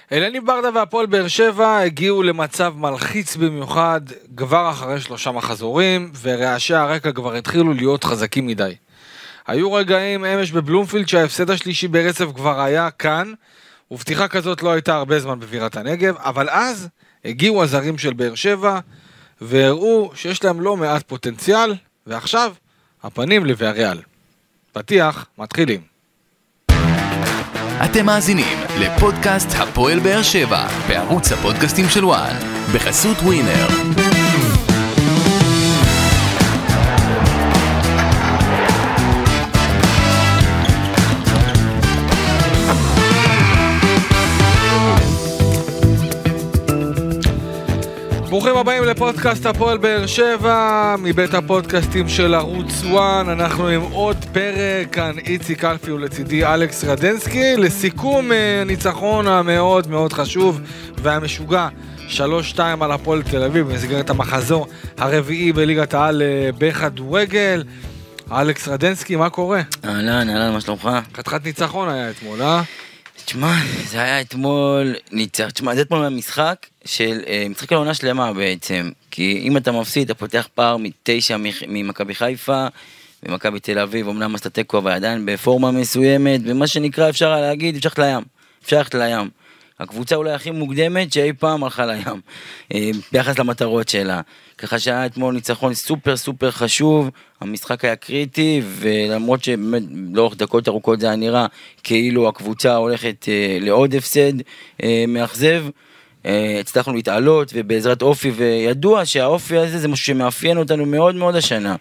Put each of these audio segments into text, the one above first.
אליניב ברדה והפועל באר שבע הגיעו למצב מלחיץ במיוחד כבר אחרי 3 מחזורים, ורעשי הרקע כבר התחילו להיות חזקים מדי. היו רגעים אמש בבלומפילד שההפסד השלישי ברצף כבר היה כאן, ופתיחה כזאת לא הייתה הרבה זמן בבירת הנגב, אבל אז הגיעו הזרים של באר שבע, והראו שיש להם לא מעט פוטנציאל, ועכשיו הפנים לוויאריאל. פתיח, מתחילים. אתם מאזינים לפודקאסט הפועל באר שבע בערוץ הפודקאסטים של וואן בחסות ווינר. ברוכים הבאים לפודקאסט הפועל באר שבע מבית הפודקאסטים של ערוץ וואן. אנחנו עם עוד פרק, כאן איציק אלפי ולצידי אלכס רדנסקי, לסיכום הניצחון המאוד מאוד חשוב והמשוגע 3-2 על הפועל תל אביב במסגרת המחזור הרביעי בליגת העל בכדורגל. אלכס רדנסקי, מה קורה? אהלן, מה שלומך? חתיכת ניצחון היה אתמול, תשמע, זה היה אתמול ניצח, תשמע, זה אתמול מהמשחק של משחק העונה שלמה בעצם, כי אם אתה מפסיד, אתה פותח פער מ9 ממכבי חיפה ומכבי תל אביב, אמנם הסטטקו אבל עדיין בפורמה מסוימת, ומה שנקרא אפשר להגיד, אפשר ללכת לים. הקבוצה אולי הכי מוקדמת שאי פעם הלכה לים, ביחס למטרות שלה. ככה שהיה אתמול ניצחון סופר חשוב, המשחק היה קריטי, ולמרות שבאמת לאורך דקות ארוכות זה היה נראה כאילו הקבוצה הולכת לעוד הפסד מאכזב, הצלחנו להתעלות ובעזרת אופי, וידוע שהאופי הזה זה משהו שמאפיין אותנו מאוד מאוד השנה.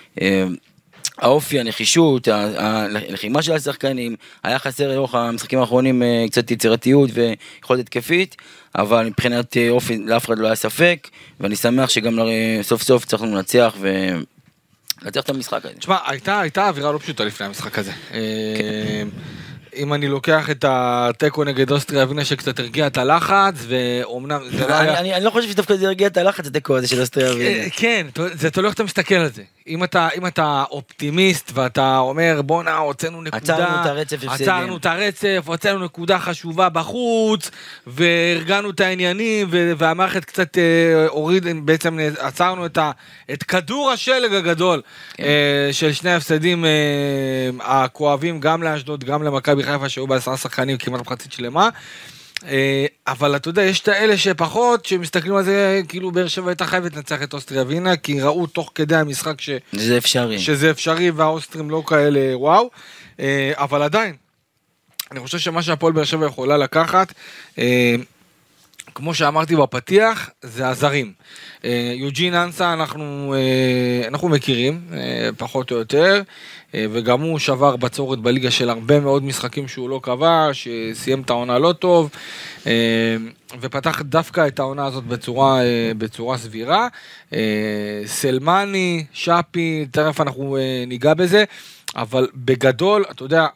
האופי, הנחישות, הלחימה של השחקנים, היה חסר לאורך המשחקים האחרונים קצת יצירתיות ויכולת התקפית, אבל מבחינת אופי לאף אחד לא היה ספק, ואני שמח שגם סוף סוף צריכים לנצח ולנצח את המשחק הזה. תשמע, הייתה אווירה לא פשוטה לפני המשחק הזה. אם אני לוקח את הטקו נגד אוסטריה ווינה שקצת הרגיע את הלחץ, ואומנם זה לא היה... אני לא חושב שדווקא זה הרגיע את הלחץ, הטקו הזה של אוסטריה ווינה. כן, זה תלוי איך אתה מסתכל על זה. אם אתה אופטימיסט ואתה אומר בואנה, הוצאנו נקודה, עצרנו את הרצף, הוצאנו נקודה חשובה בחוץ, והרגענו את העניינים, והמערכת קצת הוריד, בעצם עצרנו את כדור השלג הגדול של שני הפסדים הכואבים, גם לאשדוד, גם למכבי חיפה, שהיו ב10 שחקנים כמעט מחצית שלמה. אבל אתה יודע, יש את האלה שפחות, שמסתכלים על זה, כאילו באר שבע הייתה חייבת לנצח את אוסטריה ווינה, כי ראו תוך כדי המשחק שזה אפשרי, והאוסטרים לא כאלה וואו, אבל עדיין, אני חושב שמה שהפועל באר שבע יכולה לקחת, כמו שאמרתי בפתיח, זה הזרים. יוג'ין אנסה אנחנו מכירים, פחות או יותר, וגם הוא שבר בצורת בליגה של הרבה מאוד משחקים שהוא לא קבע, שסיים את העונה לא טוב, ופתח דווקא את העונה הזאת בצורה סבירה. סלמני, שפי, תכף אנחנו ניגע בזה, אבל בגדול, אתה יודע,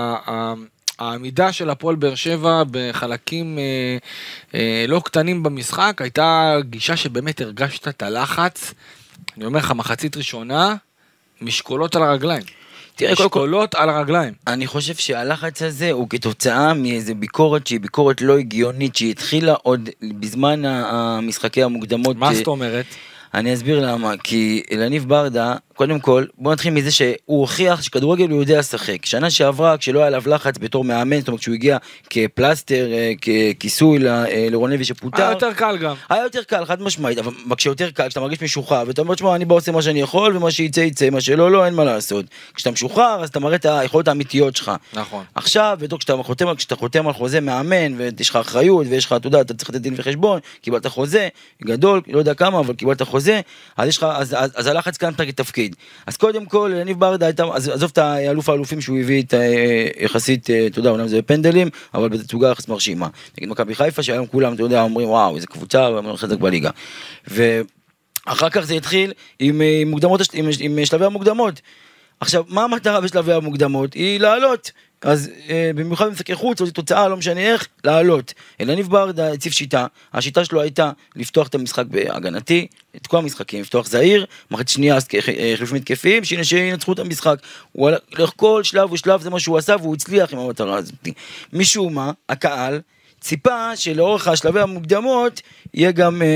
העמידה של הפועל באר שבע בחלקים לא קטנים במשחק, הייתה גישה שבאמת הרגשת את הלחץ, אני אומר לך, מחצית ראשונה, משקולות על הרגליים. משקולות על הרגליים. אני חושב שהלחץ הזה הוא כתוצאה מאיזה ביקורת שהיא ביקורת לא הגיונית, שהיא התחילה עוד בזמן המשחקי המוקדמות. מה זאת אומרת? אני אסביר למה, כי אליניב ברדה, קודם כל, בוא נתחיל מזה שהוא הוכיח שכדורגל הוא יודע לשחק. שנה שעברה, כשלא היה עליו לחץ בתור מאמן, זאת אומרת, כשהוא הגיע כפלסטר, ככיסוי לרונבי שפוטר. היה יותר קל גם. היה יותר קל, חד משמעית, אבל כשיותר קל, כשאתה מרגיש משוחרר, ואתה אומר, תשמע, אני בא עושה מה שאני יכול, ומה שיצא, מה שלא, לא, אין מה לעשות. כשאתה משוחרר, אז אתה מראה את היכולות האמיתיות שלך. נכון. עכשיו, כשאתה חותם על חוזה מאמן, ויש לך אחריות, ויש לך, אתה יודע, אתה צריך לתת דין וחשבון, קיבלת חוזה, גדול, לא יודע כמה, אבל קיבלת חוזה, אז הלחץ כאן תפקיד. אז קודם כל, אליניב ברדה הייתה, עזוב את האלוף האלופים שהוא הביא את יחסית, אתה יודע, אומנם זה בפנדלים, אבל בתצוגה יחס מרשימה. נגיד מכבי חיפה, שהיום כולם, אתה יודע, אומרים, וואו, איזה קבוצה, ואומרים חזק בליגה. ואחר כך זה התחיל עם שלבי המוקדמות. עכשיו, מה המטרה בשלבי המוקדמות? היא לעלות. אז במיוחד במשחקי חוץ, או זו תוצאה, לא משנה איך, לעלות. אליניב ברדה הציב שיטה, השיטה שלו הייתה לפתוח את המשחק בהגנתי, את כל המשחקים, לפתוח זהיר, מחצית שנייה חילופים התקפיים, שינצחו את המשחק. הוא הלך כל שלב ושלב, זה מה שהוא עשה, והוא הצליח עם המטרה הזאת. משום מה, הקהל ציפה שלאורך השלבי המוקדמות, יצטרכו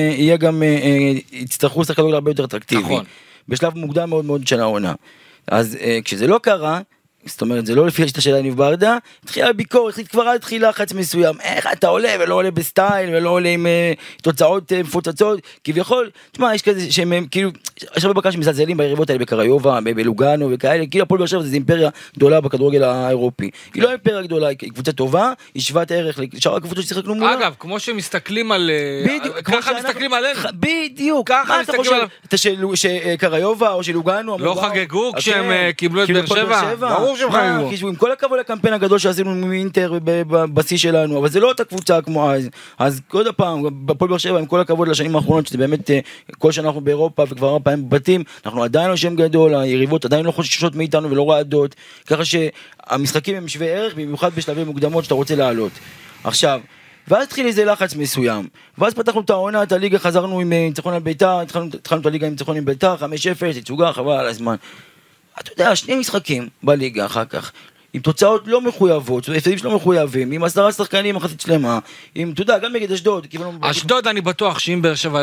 לשחק כדורגל הרבה יותר אטרקטיבי. נכון. בשלב מוקדם מאוד מאוד של העונה. אז כשזה לא קרה, זאת אומרת, זה לא לפי השיטה של יניב ברדה, התחילה ביקורת, כבר התחיל לחץ מסוים, איך אתה עולה ולא עולה בסטייל, ולא עולה עם תוצאות מפוצצות, כביכול, תשמע, יש כזה שהם כאילו, יש הרבה בקרה שמזלזלים ביריבות האלה בקריובה, בלוגנו וכאלה, כאילו הפועל באר שבע זה אימפריה גדולה בכדורגל האירופי, היא לא אימפריה גדולה, היא קבוצה טובה, היא שוות ערך לשאר הקבוצות ששיחקנו מולה. אגב, כמו שמסתכלים על... ככה מסתכלים עלינו. בדיוק, ככה אתה חושב שקריובה או שלוגנו לא חגגו כשהם קיבלו את באר שבע. ברור שהם חגגו. עם כל הכבוד לקמפיין הגדול שעשינו מאינטר בבסיס שלנו, אבל זה לא אותה קבוצה כמו אז עוד הפעם, בפועל באר שבע, עם כל הכבוד לשנים האחרונות, שזה באמת כל שנה אנחנו באירופה וכבר הרבה פעמים בבתים, אנחנו עדיין לא שם גדול, היריבות עדיין לא חוששות מאיתנו ולא רעדות, ככה שהמשחקים הם שווי ערך, במיוחד בשלבים מוקדמות שאתה רוצה לעלות. עכשיו, ואז התחיל איזה לחץ מסוים, ואז פתחנו את העונה, את הליגה, חזרנו עם ניצחון על ביתר, התחלנו את הליגה עם ניצחון עם ביתר, 5-0, תצוגה, חבל על הזמן. אתה יודע, 2 משחקים בליגה אחר כך, עם תוצאות לא מחויבות, הפסדים שלא מחויבים, עם 10 שחקנים מחצית שלמה, עם, אתה יודע, גם נגד אשדוד. אשדוד אני בטוח שאם באר שבע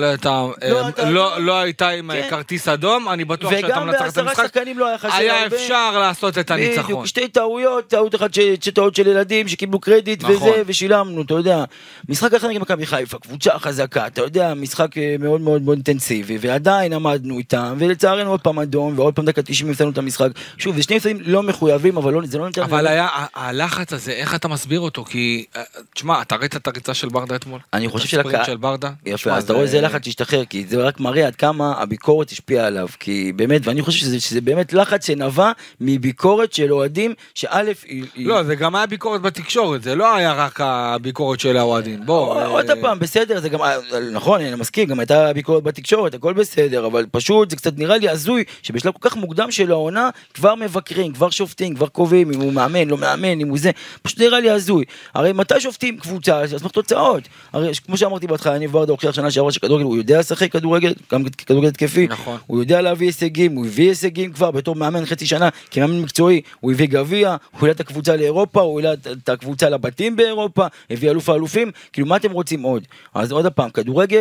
לא הייתה עם כרטיס אדום, אני בטוח שאתה מנצח את המשחק, היה אפשר לעשות את הניצחון. בדיוק, 2 טעויות, טעות אחת טעות של ילדים שקיבלו קרדיט וזה, ושילמנו, אתה יודע. משחק אחר נגד מכבי חיפה, קבוצה חזקה, אתה יודע, משחק מאוד מאוד מאוד אינטנסיבי, ועדיין עמדנו איתם, ולצערנו עוד פעם אדום, ועוד פעם דקה 90 הפסדנו את המשחק. שוב, זה 2 משחקים לא מחויבים, אבל זה לא אבל היה הלחץ הזה, איך אתה מסביר אותו? כי, תשמע, אתה ראית את הריצה של ברדה אתמול? אני חושב של ברדה? יפה, אז אתה רואה איזה לחץ שהשתחרר, כי זה רק מראה עד כמה הביקורת השפיעה עליו, כי באמת, ואני חושב שזה באמת לחץ שנבע מביקורת של אוהדים, שא' לא, זה גם היה ביקורת בתקשורת, זה לא היה רק הביקורת של האוהדים, בוא. עוד פעם, בסדר, זה גם, נכון, אני מסכים, גם הייתה ביקורת בתקשורת, הכל בסדר, אבל פשוט זה קצת נראה לי הזוי, שבשלב כל כך מוקדם של העונה, כבר מבקרים, כבר שופטים, כבר קובעים, אם הוא מאמן, לא מאמן, אם הוא זה, פשוט נראה לי הזוי. הרי מתי שופטים קבוצה, אז סמך תוצאות. הרי כמו שאמרתי בהתחלה, יניב ברדה הוכיח שנה שעברה שכדורגל, הוא יודע לשחק כדורגל, גם כדורגל התקפי, נכון. הוא יודע להביא הישגים, הוא הביא הישגים כבר בתור מאמן חצי שנה, כמאמן מקצועי, הוא הביא גביע, הוא העלה את הקבוצה לאירופה, הוא העלה את הקבוצה לבתים באירופה, הביא אלוף האלופים, כאילו מה אתם רוצים עוד? אז עוד הפעם, כדורגל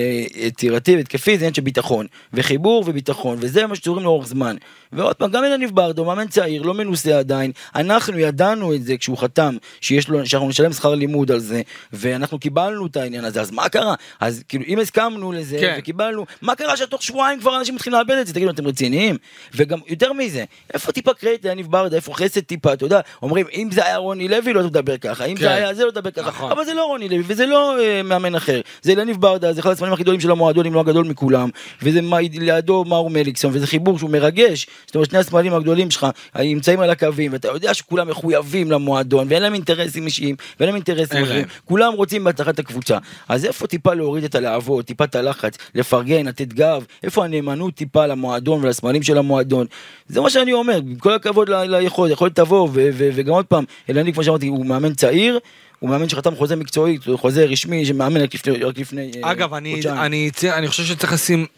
יצירתי והתקפי זה עניין של ביטחון, וחיבור וביטחון, וזה מה שצורים לאורך זמן. ועוד פעם, גם יניב ברדה, מאמן צעיר, לא מנוסה עדיין, אנחנו ידענו את זה כשהוא חתם, שאנחנו נשלם שכר לימוד על זה, ואנחנו קיבלנו את העניין הזה, אז מה קרה? אז כאילו, אם הסכמנו לזה, כן. וקיבלנו, מה קרה שתוך שבועיים כבר אנשים מתחילים לאבד את זה? תגידו, אתם רציניים? וגם יותר מזה, איפה טיפה קרדיט ליניב ברדה, איפה חסד טיפה, אתה יודע, אומרים, אם זה היה רוני לוי, לא תדבר ככה, אם זה היה זה, לא תדבר ככה, נכון. אבל זה לא רוני לוי, וזה לא מאמן אחר, זה ליניב ברדה, זה אחד הסמנים הכי גדולים של המועדון, אם לא הגדול מכולם, וזה לידו מאור מליקסון, וזה חיבור שהוא מרגש, זאת אומרת, שני הסמנים הגדולים שלך, נמצאים על הקווים, ואתה יודע שכולם מחויבים למועדון, ואין להם אינטרסים אישיים, ואין להם אינטרסים אחרים, כולם רוצים בהצלחת הקבוצה. אז איפה טיפה להוריד את הלהבות, טיפה את הלחץ, לפרגן, לתת גב, איפה הנאמנות טיפה למועדון ולסמלים של המועדון? זה מה שאני אומר, עם כל הכבוד ליכולת, יכול תבוא, וגם עוד פעם, אלני, כמו שאמרתי, הוא מאמן צעיר, הוא מאמן שחתם חוזה מקצועי, חוזה רשמי, שמאמן רק לפני אגב, אני חושב שצריך לשים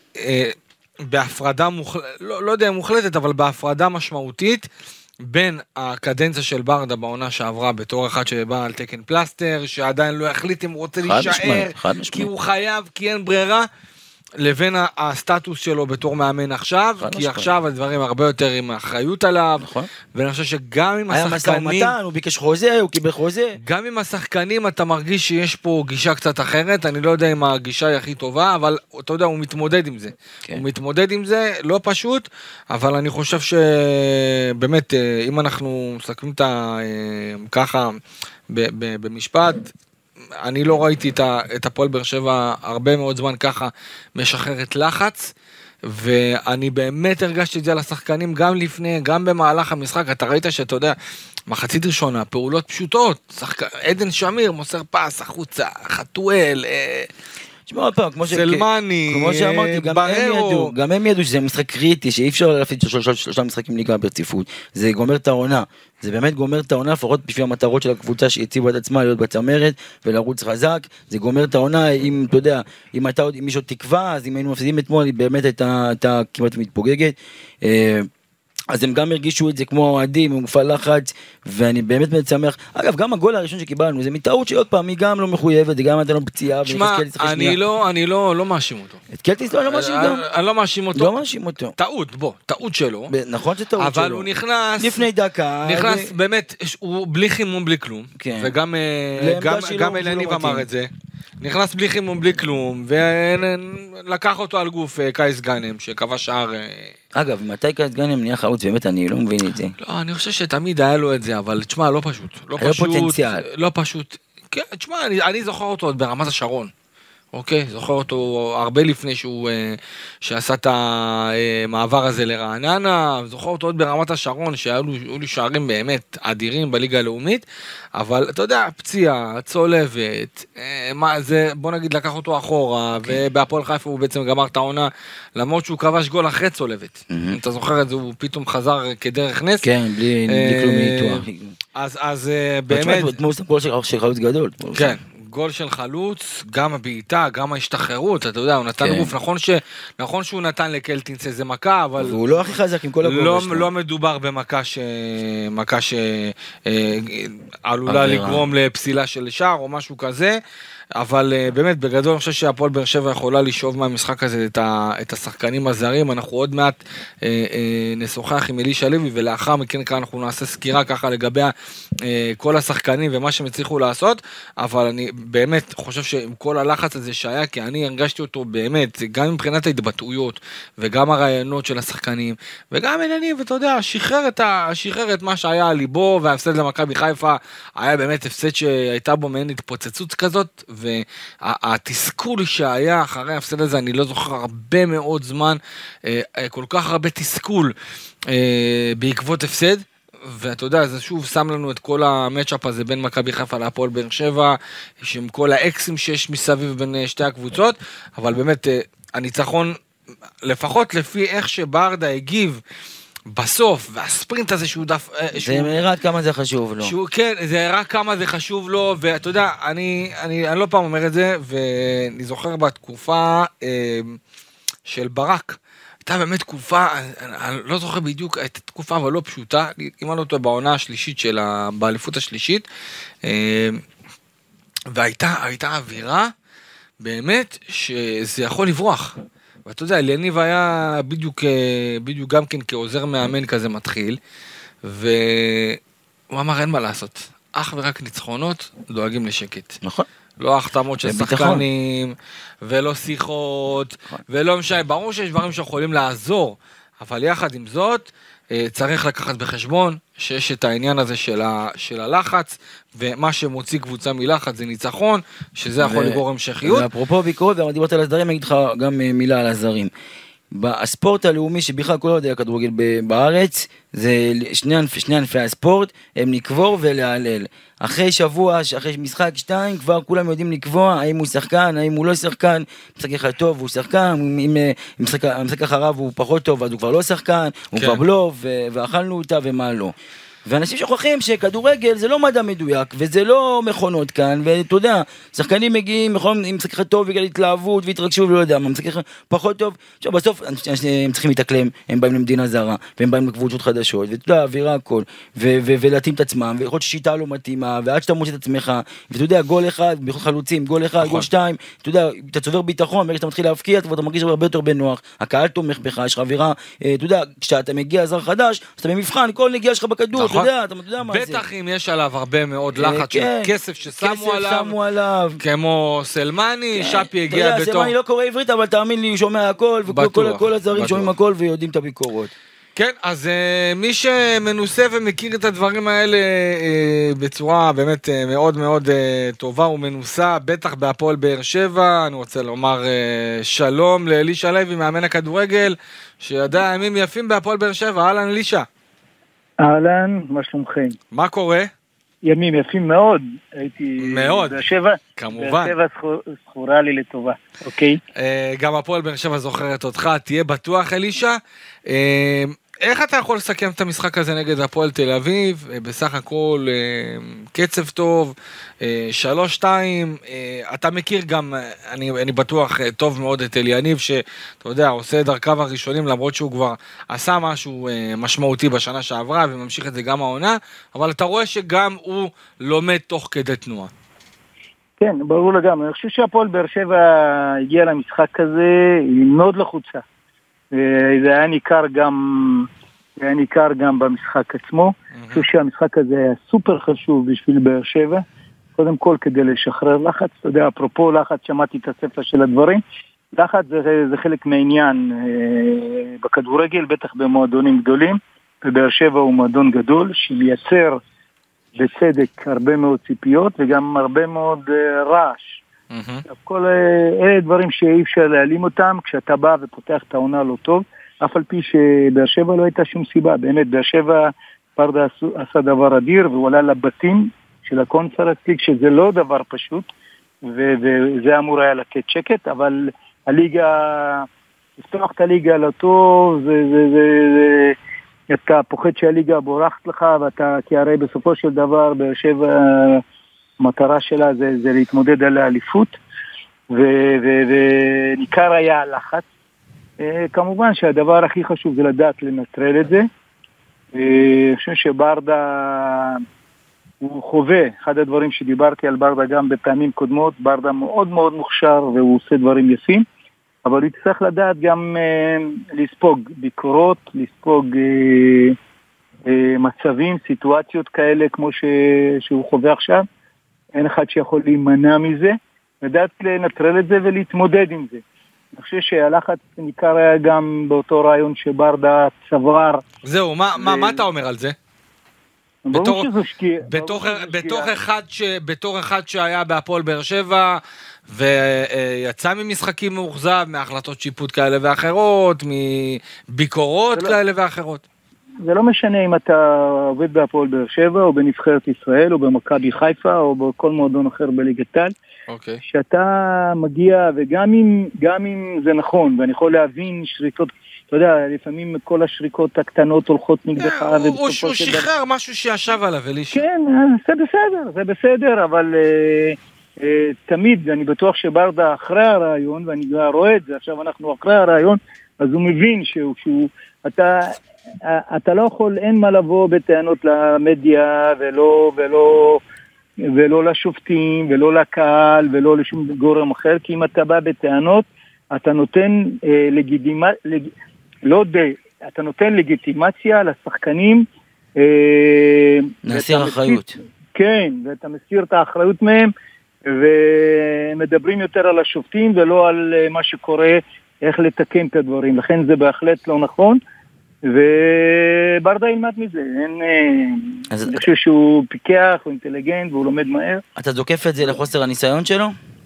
בהפרדה לא יודע מוחלטת, אבל בהפרדה משמעותית, בין הקדנציה של ברדה בעונה שעברה בתור אחד שבא על תקן פלסטר, שעדיין לא החליט אם הוא רוצה להישאר, כי הוא חייב, כי אין ברירה, לבין הסטטוס שלו בתור מאמן עכשיו, כי עכשיו הדברים הרבה יותר עם האחריות עליו, ואני חושב שגם עם השחקנים, היה משא ומתן, הוא ביקש חוזה, הוא קיבל חוזה, גם עם השחקנים אתה מרגיש שיש פה גישה קצת אחרת, אני לא יודע אם הגישה היא הכי טובה, אבל אתה יודע, הוא מתמודד עם זה, הוא מתמודד עם זה, לא פשוט, אבל אני חושב שבאמת, אם אנחנו מסתכלים ככה במשפט, אני לא ראיתי את הפועל באר שבע הרבה מאוד זמן ככה משחררת לחץ, ואני באמת הרגשתי את זה על השחקנים גם לפני, גם במהלך המשחק. אתה ראית שאתה יודע, מחצית ראשונה, פעולות פשוטות, עדן שמיר מוסר פס, החוצה, חתואל, תשמע, סלמני, כמו שאמרתי, גם הם ידעו שזה משחק קריטי, שאי אפשר להפסיד 3 משחקים ליגה ברציפות, זה גומר את העונה, זה באמת גומר את העונה, לפחות בשביל המטרות של הקבוצה שהציבה את עצמה להיות בצמרת ולרוץ חזק, זה גומר את העונה, אם אתה יודע, אם מישהו תקווה, אז אם היינו מפסידים אתמול, היא באמת הייתה כמעט מתפוגגת, אז הם גם הרגישו את זה כמו אוהדים, הם מופע לחץ, ואני באמת מצמח. אגב, גם הגול הראשון שקיבלנו, זה מטעות שעוד פעם, היא גם לא מחויבת, היא גם הייתה לו פציעה. שמע, אני לא מאשים אותו. את קלטיס לא מאשים גם? אני לא מאשים אותו. לא מאשים אותו. טעות שלו. נכון שטעות שלו. אבל הוא נכנס... לפני דקה. נכנס באמת, הוא בלי חימום, בלי כלום. וגם אלניב אמר את זה. נכנס בלי חימום, בלי כלום, ולקח אותו על גוף קייס גאנם, שקבע שער... אגב, מתי קייס גאנם נהיה חלוץ? באמת, אני לא מבין את זה. לא, אני חושב שתמיד היה לו את זה, אבל תשמע, לא פשוט. היה פוטנציאל. לא פשוט. כן, תשמע, אני זוכר אותו עוד ברמת השרון. אוקיי? זוכר אותו הרבה לפני שעשה את המעבר הזה לרעננה, זוכר אותו עוד ברמת השרון, שהיו לי שערים באמת אדירים בליגה הלאומית, אבל אתה יודע, פציעה, צולבת, בוא נגיד לקח אותו אחורה, ובהפועל חיפה הוא בעצם גמר את העונה, למרות שהוא כבש גול אחרי צולבת. אם אתה זוכר את זה, הוא פתאום חזר כדרך נס. כן, בלי כלום מאיתו. אז באמת... כמו גול של חלוץ גדול. כן. גול של חלוץ, גם הבעיטה, גם ההשתחררות, אתה יודע, הוא נתן גוף, נכון שהוא נתן לקלטינס איזה מכה, אבל... והוא לא הכי חזק עם כל הגול שלו. לא מדובר במכה שעלולה לגרום לפסילה של שער או משהו כזה, אבל באמת, בגדול אני חושב שהפועל באר שבע יכולה לשאוב מהמשחק הזה את השחקנים הזרים, אנחנו עוד מעט נשוחח עם אלישע לוי, ולאחר מכן אנחנו נעשה סקירה ככה לגבי כל השחקנים ומה שהם הצליחו לעשות, אבל אני באמת חושב שעם כל הלחץ הזה שהיה, כי אני הרגשתי אותו באמת, גם מבחינת ההתבטאויות, וגם הרעיונות של השחקנים, וגם עניינים, ואתה יודע, שחרר את מה שהיה על ליבו, וההפסד למכבי חיפה היה באמת הפסד שהייתה בו מעין התפוצצות כזאת, והתסכול שהיה אחרי ההפסד הזה, אני לא זוכר הרבה מאוד זמן, כל כך הרבה תסכול בעקבות הפסד, ואתה יודע, זה שוב שם לנו את כל המאצ'אפ הזה בין מכבי חיפה להפועל באר שבע, עם כל האקסים שיש מסביב בין שתי הקבוצות, אבל באמת הניצחון, לפחות לפי איך שברדה הגיב בסוף, והספרינט הזה שהוא דף... זה הראה כמה זה חשוב לו. כן, זה הראה כמה זה חשוב לו, ואתה יודע, אני לא פעם אומר את זה, ואני זוכר בתקופה של ברק, הייתה באמת תקופה, אני לא זוכר בדיוק את התקופה, אבל לא פשוטה, אימנו אותו בעונה השלישית שלה, באליפות השלישית, והייתה אווירה, באמת, שזה יכול לברוח. ואתה יודע, אלניב היה בדיוק גם כן כעוזר מאמן כזה מתחיל, והוא אמר אין מה לעשות, אך ורק ניצחונות דואגים לשקט. נכון. לא החתמות של שחקנים, ולא שיחות, ולא משנה, ברור שיש דברים שיכולים לעזור, אבל יחד עם זאת, צריך לקחת בחשבון שיש את העניין הזה של הלחץ, ומה שמוציא קבוצה מלחץ זה ניצחון, שזה יכול לגרום המשכיות. ואפרופו ביקורת, גם דיברת על הזרים, אני אגיד לך גם מילה על הזרים. בספורט הלאומי שבכלל כל עוד היה כדורגל בארץ, זה שני ענפי הספורט, הם לקבור ולהלל. אחרי שבוע, אחרי משחק 2, כבר כולם יודעים לקבוע האם הוא שחקן, האם הוא לא שחקן, משחק אחד טוב הוא שחקן, אם המשחק אחריו הוא פחות טוב, אז הוא כבר לא שחקן, הוא כבר בלוב, ואכלנו אותה ומה לא. ואנשים שוכחים שכדורגל זה לא מדע מדויק, וזה לא מכונות כאן, ואתה יודע, שחקנים מגיעים, עם משחק אחד טוב, בגלל התלהבות והתרגשו, ולא יודע, משחק אחד פחות טוב, עכשיו בסוף הם צריכים להתאקלם, הם באים למדינה זרה, והם באים לקבוצות חדשות, ואתה יודע, אווירה הכל, ולהתאים את עצמם, ויכול להיות ששיטה לא מתאימה, ועד שאתה מוצא את עצמך, ואתה יודע, גול אחד, בכל חלוצים, גול אחד, גול 2, אתה יודע, אתה צובר ביטחון, ברגע שאתה מתחיל להפקיע, אתה מרגיש הרבה יותר בנוח, הקהל תומך בך, יש לך אווירה, אתה יודע, כשאתה מגיע זר חדש, אז אתה במבחן, כל נגיעה שלך בכדור, אתה יודע מה זה. בטח אם יש עליו הרבה מאוד לחץ של כסף ששמו עליו, כמו סלמני, שפי הגיע בתור... סלמני לא קורא עברית, אבל תאמין לי, הוא שומע הכל, וכל הזרים שומעים הכל ויודעים את הביקורות. כן, אז מי שמנוסה ומכיר את הדברים האלה בצורה באמת מאוד מאוד טובה ומנוסה, בטח בהפועל באר שבע, אני רוצה לומר שלום לאלישע לוי, מאמן הכדורגל, שידע ימים יפים בהפועל באר שבע. אהלן אלישע. אהלן, מה שלומכם? מה קורה? ימים יפים מאוד, הייתי... מאוד, באר שבע, כמובן. באר שבע זכורה לי לטובה, אוקיי? גם הפועל באר שבע זוכרת אותך, תהיה בטוח אלישע. איך אתה יכול לסכם את המשחק הזה נגד הפועל תל אביב? בסך הכל קצב טוב, 3-2, אתה מכיר גם, אני בטוח טוב מאוד את אליניב, שאתה יודע, עושה דרכיו הראשונים, למרות שהוא כבר עשה משהו משמעותי בשנה שעברה, וממשיך את זה גם העונה, אבל אתה רואה שגם הוא לומד תוך כדי תנועה. כן, ברור לגמרי. אני חושב שהפועל באר שבע הגיע למשחק הזה, היא מאוד לחוצה. זה היה ניכר גם במשחק עצמו. אני חושב שהמשחק הזה היה סופר חשוב בשביל באר שבע. קודם כל כדי לשחרר לחץ. אתה יודע, אפרופו לחץ, שמעתי את הספר של הדברים. לחץ זה חלק מהעניין בכדורגל, בטח במועדונים גדולים. ובאר שבע הוא מועדון גדול, שמייצר בצדק הרבה מאוד ציפיות וגם הרבה מאוד רעש. כל אלה דברים שאי אפשר להעלים אותם כשאתה בא ופותח את העונה לא טוב, אף על פי שבאר שבע לא הייתה שום סיבה. באמת, באר שבע ברדה עשה דבר אדיר, והוא עלה לבתים של הקונפרנס ליג, שזה לא דבר פשוט, וזה אמור היה לתת שקט, אבל הליגה, לפתוח את הליגה לא טוב, אתה פוחד שהליגה בורחת לך, כי הרי בסופו של דבר באר שבע המטרה שלה זה להתמודד על האליפות, וניכר היה הלחץ. כמובן שהדבר הכי חשוב זה לדעת לנטרל את זה. אני חושב שברדה הוא חווה, אחד הדברים שדיברתי על ברדה גם בפעמים קודמות, ברדה מאוד מאוד מוכשר והוא עושה דברים יפים, אבל הוא צריך לדעת גם לספוג ביקורות, לספוג מצבים, סיטואציות כאלה כמו שהוא חווה עכשיו. אין אחד שיכול להימנע מזה, לדעת לנטרל את זה ולהתמודד עם זה. אני חושב שהלחץ ניכר היה גם באותו רעיון שברדה צבר. זהו, מה אתה אומר על זה? בתור אחד שהיה בהפועל באר שבע ויצא ממשחקים מאוכזב, מהחלטות שיפוט כאלה ואחרות, מביקורות כאלה ואחרות. זה לא משנה אם אתה עובד בהפועל באר שבע או בנבחרת ישראל או במכבי חיפה או בכל מועדון אחר בליגת העל. שאתה מגיע, וגם אם זה נכון, ואני יכול להבין שריקות, אתה יודע, לפעמים כל השריקות הקטנות הולכות נגדך. הוא שחרר משהו שישב עליו, אלישע. כן, זה בסדר, אבל תמיד, אני בטוח שברדה אחרי הרעיון, ואני רואה את זה, עכשיו אנחנו אחרי הרעיון, אז הוא מבין אתה לא יכול, אין מה לבוא בטענות למדיה, ולא לשופטים, ולא לקהל, ולא לשום גורם אחר, כי אם אתה בא בטענות, אתה נותן אתה נותן לגיטימציה לשחקנים, נסיר אחריות. כן, ואתה מסיר את האחריות מהם, ומדברים יותר על השופטים, ולא על מה שקורה, איך לתקן את הדברים. לכן זה בהחלט לא נכון, וברדה ילמד מזה. אני חושב שהוא פיקח, הוא אינטליגנט, והוא לומד מהר. אתה זוקף את זה לחוסר הניסיון שלו?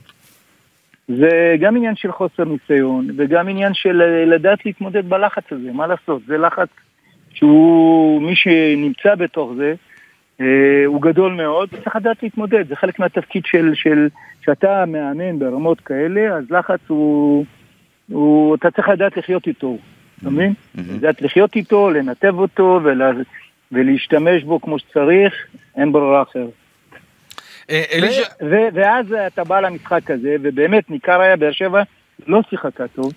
זה גם עניין של חוסר ניסיון, וגם עניין של לדעת להתמודד בלחץ הזה. מה לעשות? זה לחץ שהוא, מי שנמצא בתוך זה, הוא גדול מאוד, וצריך לדעת להתמודד. זה חלק מהתפקיד שאתה מאמן ברמות כאלה, אז לחץ אתה צריך לדעת לחיות איתו. אתה מבין? לדעת לחיות איתו, לנתב אותו, ולהשתמש בו כמו שצריך, אין ברירה אחרת. ואז אתה בא למשחק הזה, ובאמת ניכר היה באר שבע לא שיחקה טוב,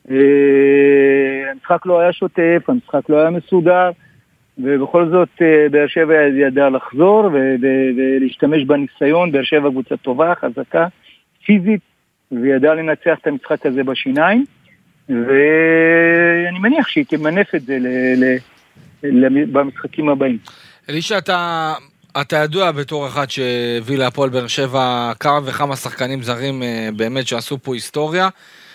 המשחק לא היה שוטף, המשחק לא היה מסודר, ובכל זאת באר שבע ידע לחזור ולהשתמש בניסיון. באר שבע קבוצה טובה, חזקה, פיזית, וידע לנצח את המשחק הזה בשיניים, ואני מניח שהיא תמנף את זה במשחקים הבאים. אלישע, אתה ידוע בתור אחד שהביא להפועל באר שבע כמה וכמה שחקנים זרים באמת שעשו פה היסטוריה.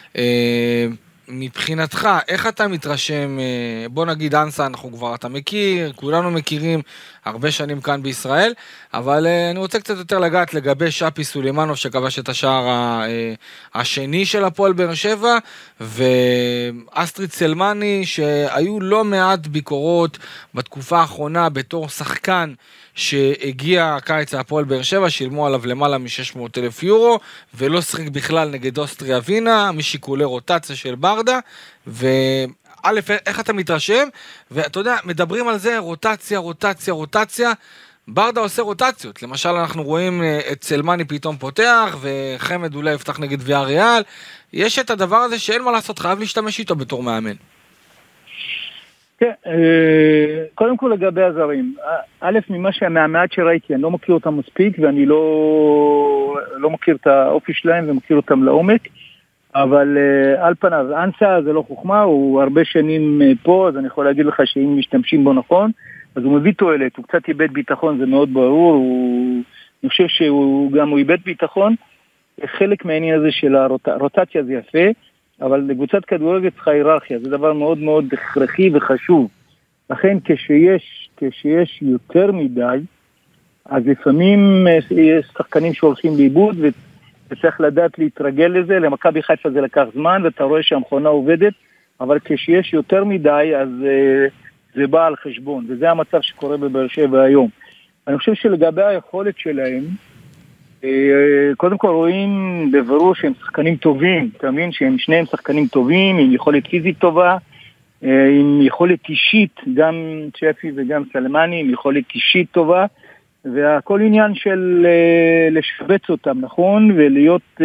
מבחינתך, איך אתה מתרשם, בוא נגיד אנסה, אתה מכיר, כולנו מכירים הרבה שנים כאן בישראל, אבל אני רוצה קצת יותר לגעת לגבי שפי סולימנוב שכבש את השער השני של הפועל באר שבע, ואסטריד סלמני שהיו לא מעט ביקורות בתקופה האחרונה בתור שחקן שהגיע הקיץ להפועל באר שבע, שילמו עליו למעלה מ-600,000 יורו, ולא שחק בכלל נגד אוסטריה ווינה, משיקולי רוטציה של ברדה, א', איך אתה מתרשם, ואתה יודע, מדברים על זה, רוטציה, ברדה עושה רוטציות, למשל אנחנו רואים את סלמני פתאום פותח, וחמד אולי יפתח נגד ויאריאל, יש את הדבר הזה שאין מה לעשות, חייב להשתמש איתו בתור מאמן. כן, קודם כל לגבי הזרים, א', מהמעט שראיתי, אני לא מכיר אותם מספיק, ואני לא מכיר את האופי שלהם, ומכיר אותם לעומק, אבל על פניו, אנסה זה לא חוכמה, הוא הרבה שנים פה, אז אני יכול להגיד לך שאם משתמשים בו נכון, אז הוא מביא תועלת, הוא קצת איבד ביטחון, זה מאוד ברור, אני חושב שהוא גם איבד ביטחון, חלק מהעניין הזה של הרוטציה זה יפה, אבל לקבוצת כדורגל צריכה היררכיה, זה דבר מאוד מאוד הכרחי וחשוב. לכן כשיש יותר מדי, אז לפעמים יש שחקנים שהולכים לאיבוד, וצריך לדעת להתרגל לזה, למכבי חיפה זה לקח זמן, ואתה רואה שהמכונה עובדת, אבל כשיש יותר מדי, אז זה בא על חשבון, וזה המצב שקורה בבאר שבע היום. אני חושב שלגבי היכולת שלהם, קודם כל רואים בבירור שהם שחקנים טובים, אתה מבין שהם שניהם שחקנים טובים, עם יכולת פיזית טובה, עם יכולת אישית, גם צ'פי וגם סלמני, עם יכולת אישית טובה, והכל עניין של לשבץ אותם, נכון, ולהיות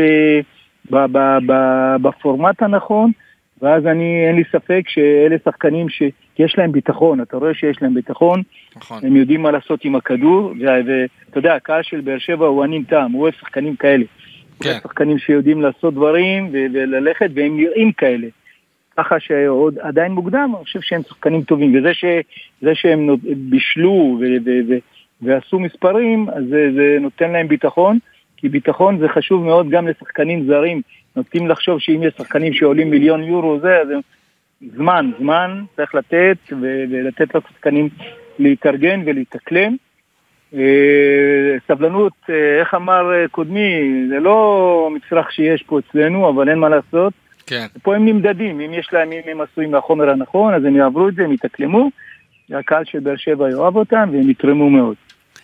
בפורמט הנכון, ואז אין לי ספק שאלה שחקנים שיש להם ביטחון, אתה רואה שיש להם ביטחון, נכון. הם יודעים מה לעשות עם הכדור, ואתה יודע, הקהל של באר שבע הוא ענין טעם, הוא אוהב שחקנים כאלה, הוא אוהב שחקנים שיודעים לעשות דברים וללכת, והם נראים כאלה, ככה שעוד עדיין מוקדם, אני חושב שהם שחקנים טובים, וזה שהם בישלו ועשו מספרים, אז זה נותן להם ביטחון, כי ביטחון זה חשוב מאוד גם לשחקנים זרים, נוטים לחשוב שאם יש שחקנים שעולים מיליון יורו, זה זמן, צריך לתת, ולתת לשחקנים להתארגן ולהתאקלם. סבלנות, איך אמר קודמי, זה לא מצרך שיש פה אצלנו, אבל אין מה לעשות. כן. פה הם נמדדים, אם הם עשויים מהחומר הנכון, אז הם יעברו את זה, הם יתאקלמו, והקהל של באר שבע יאהב אותם, והם יתרמו מאוד.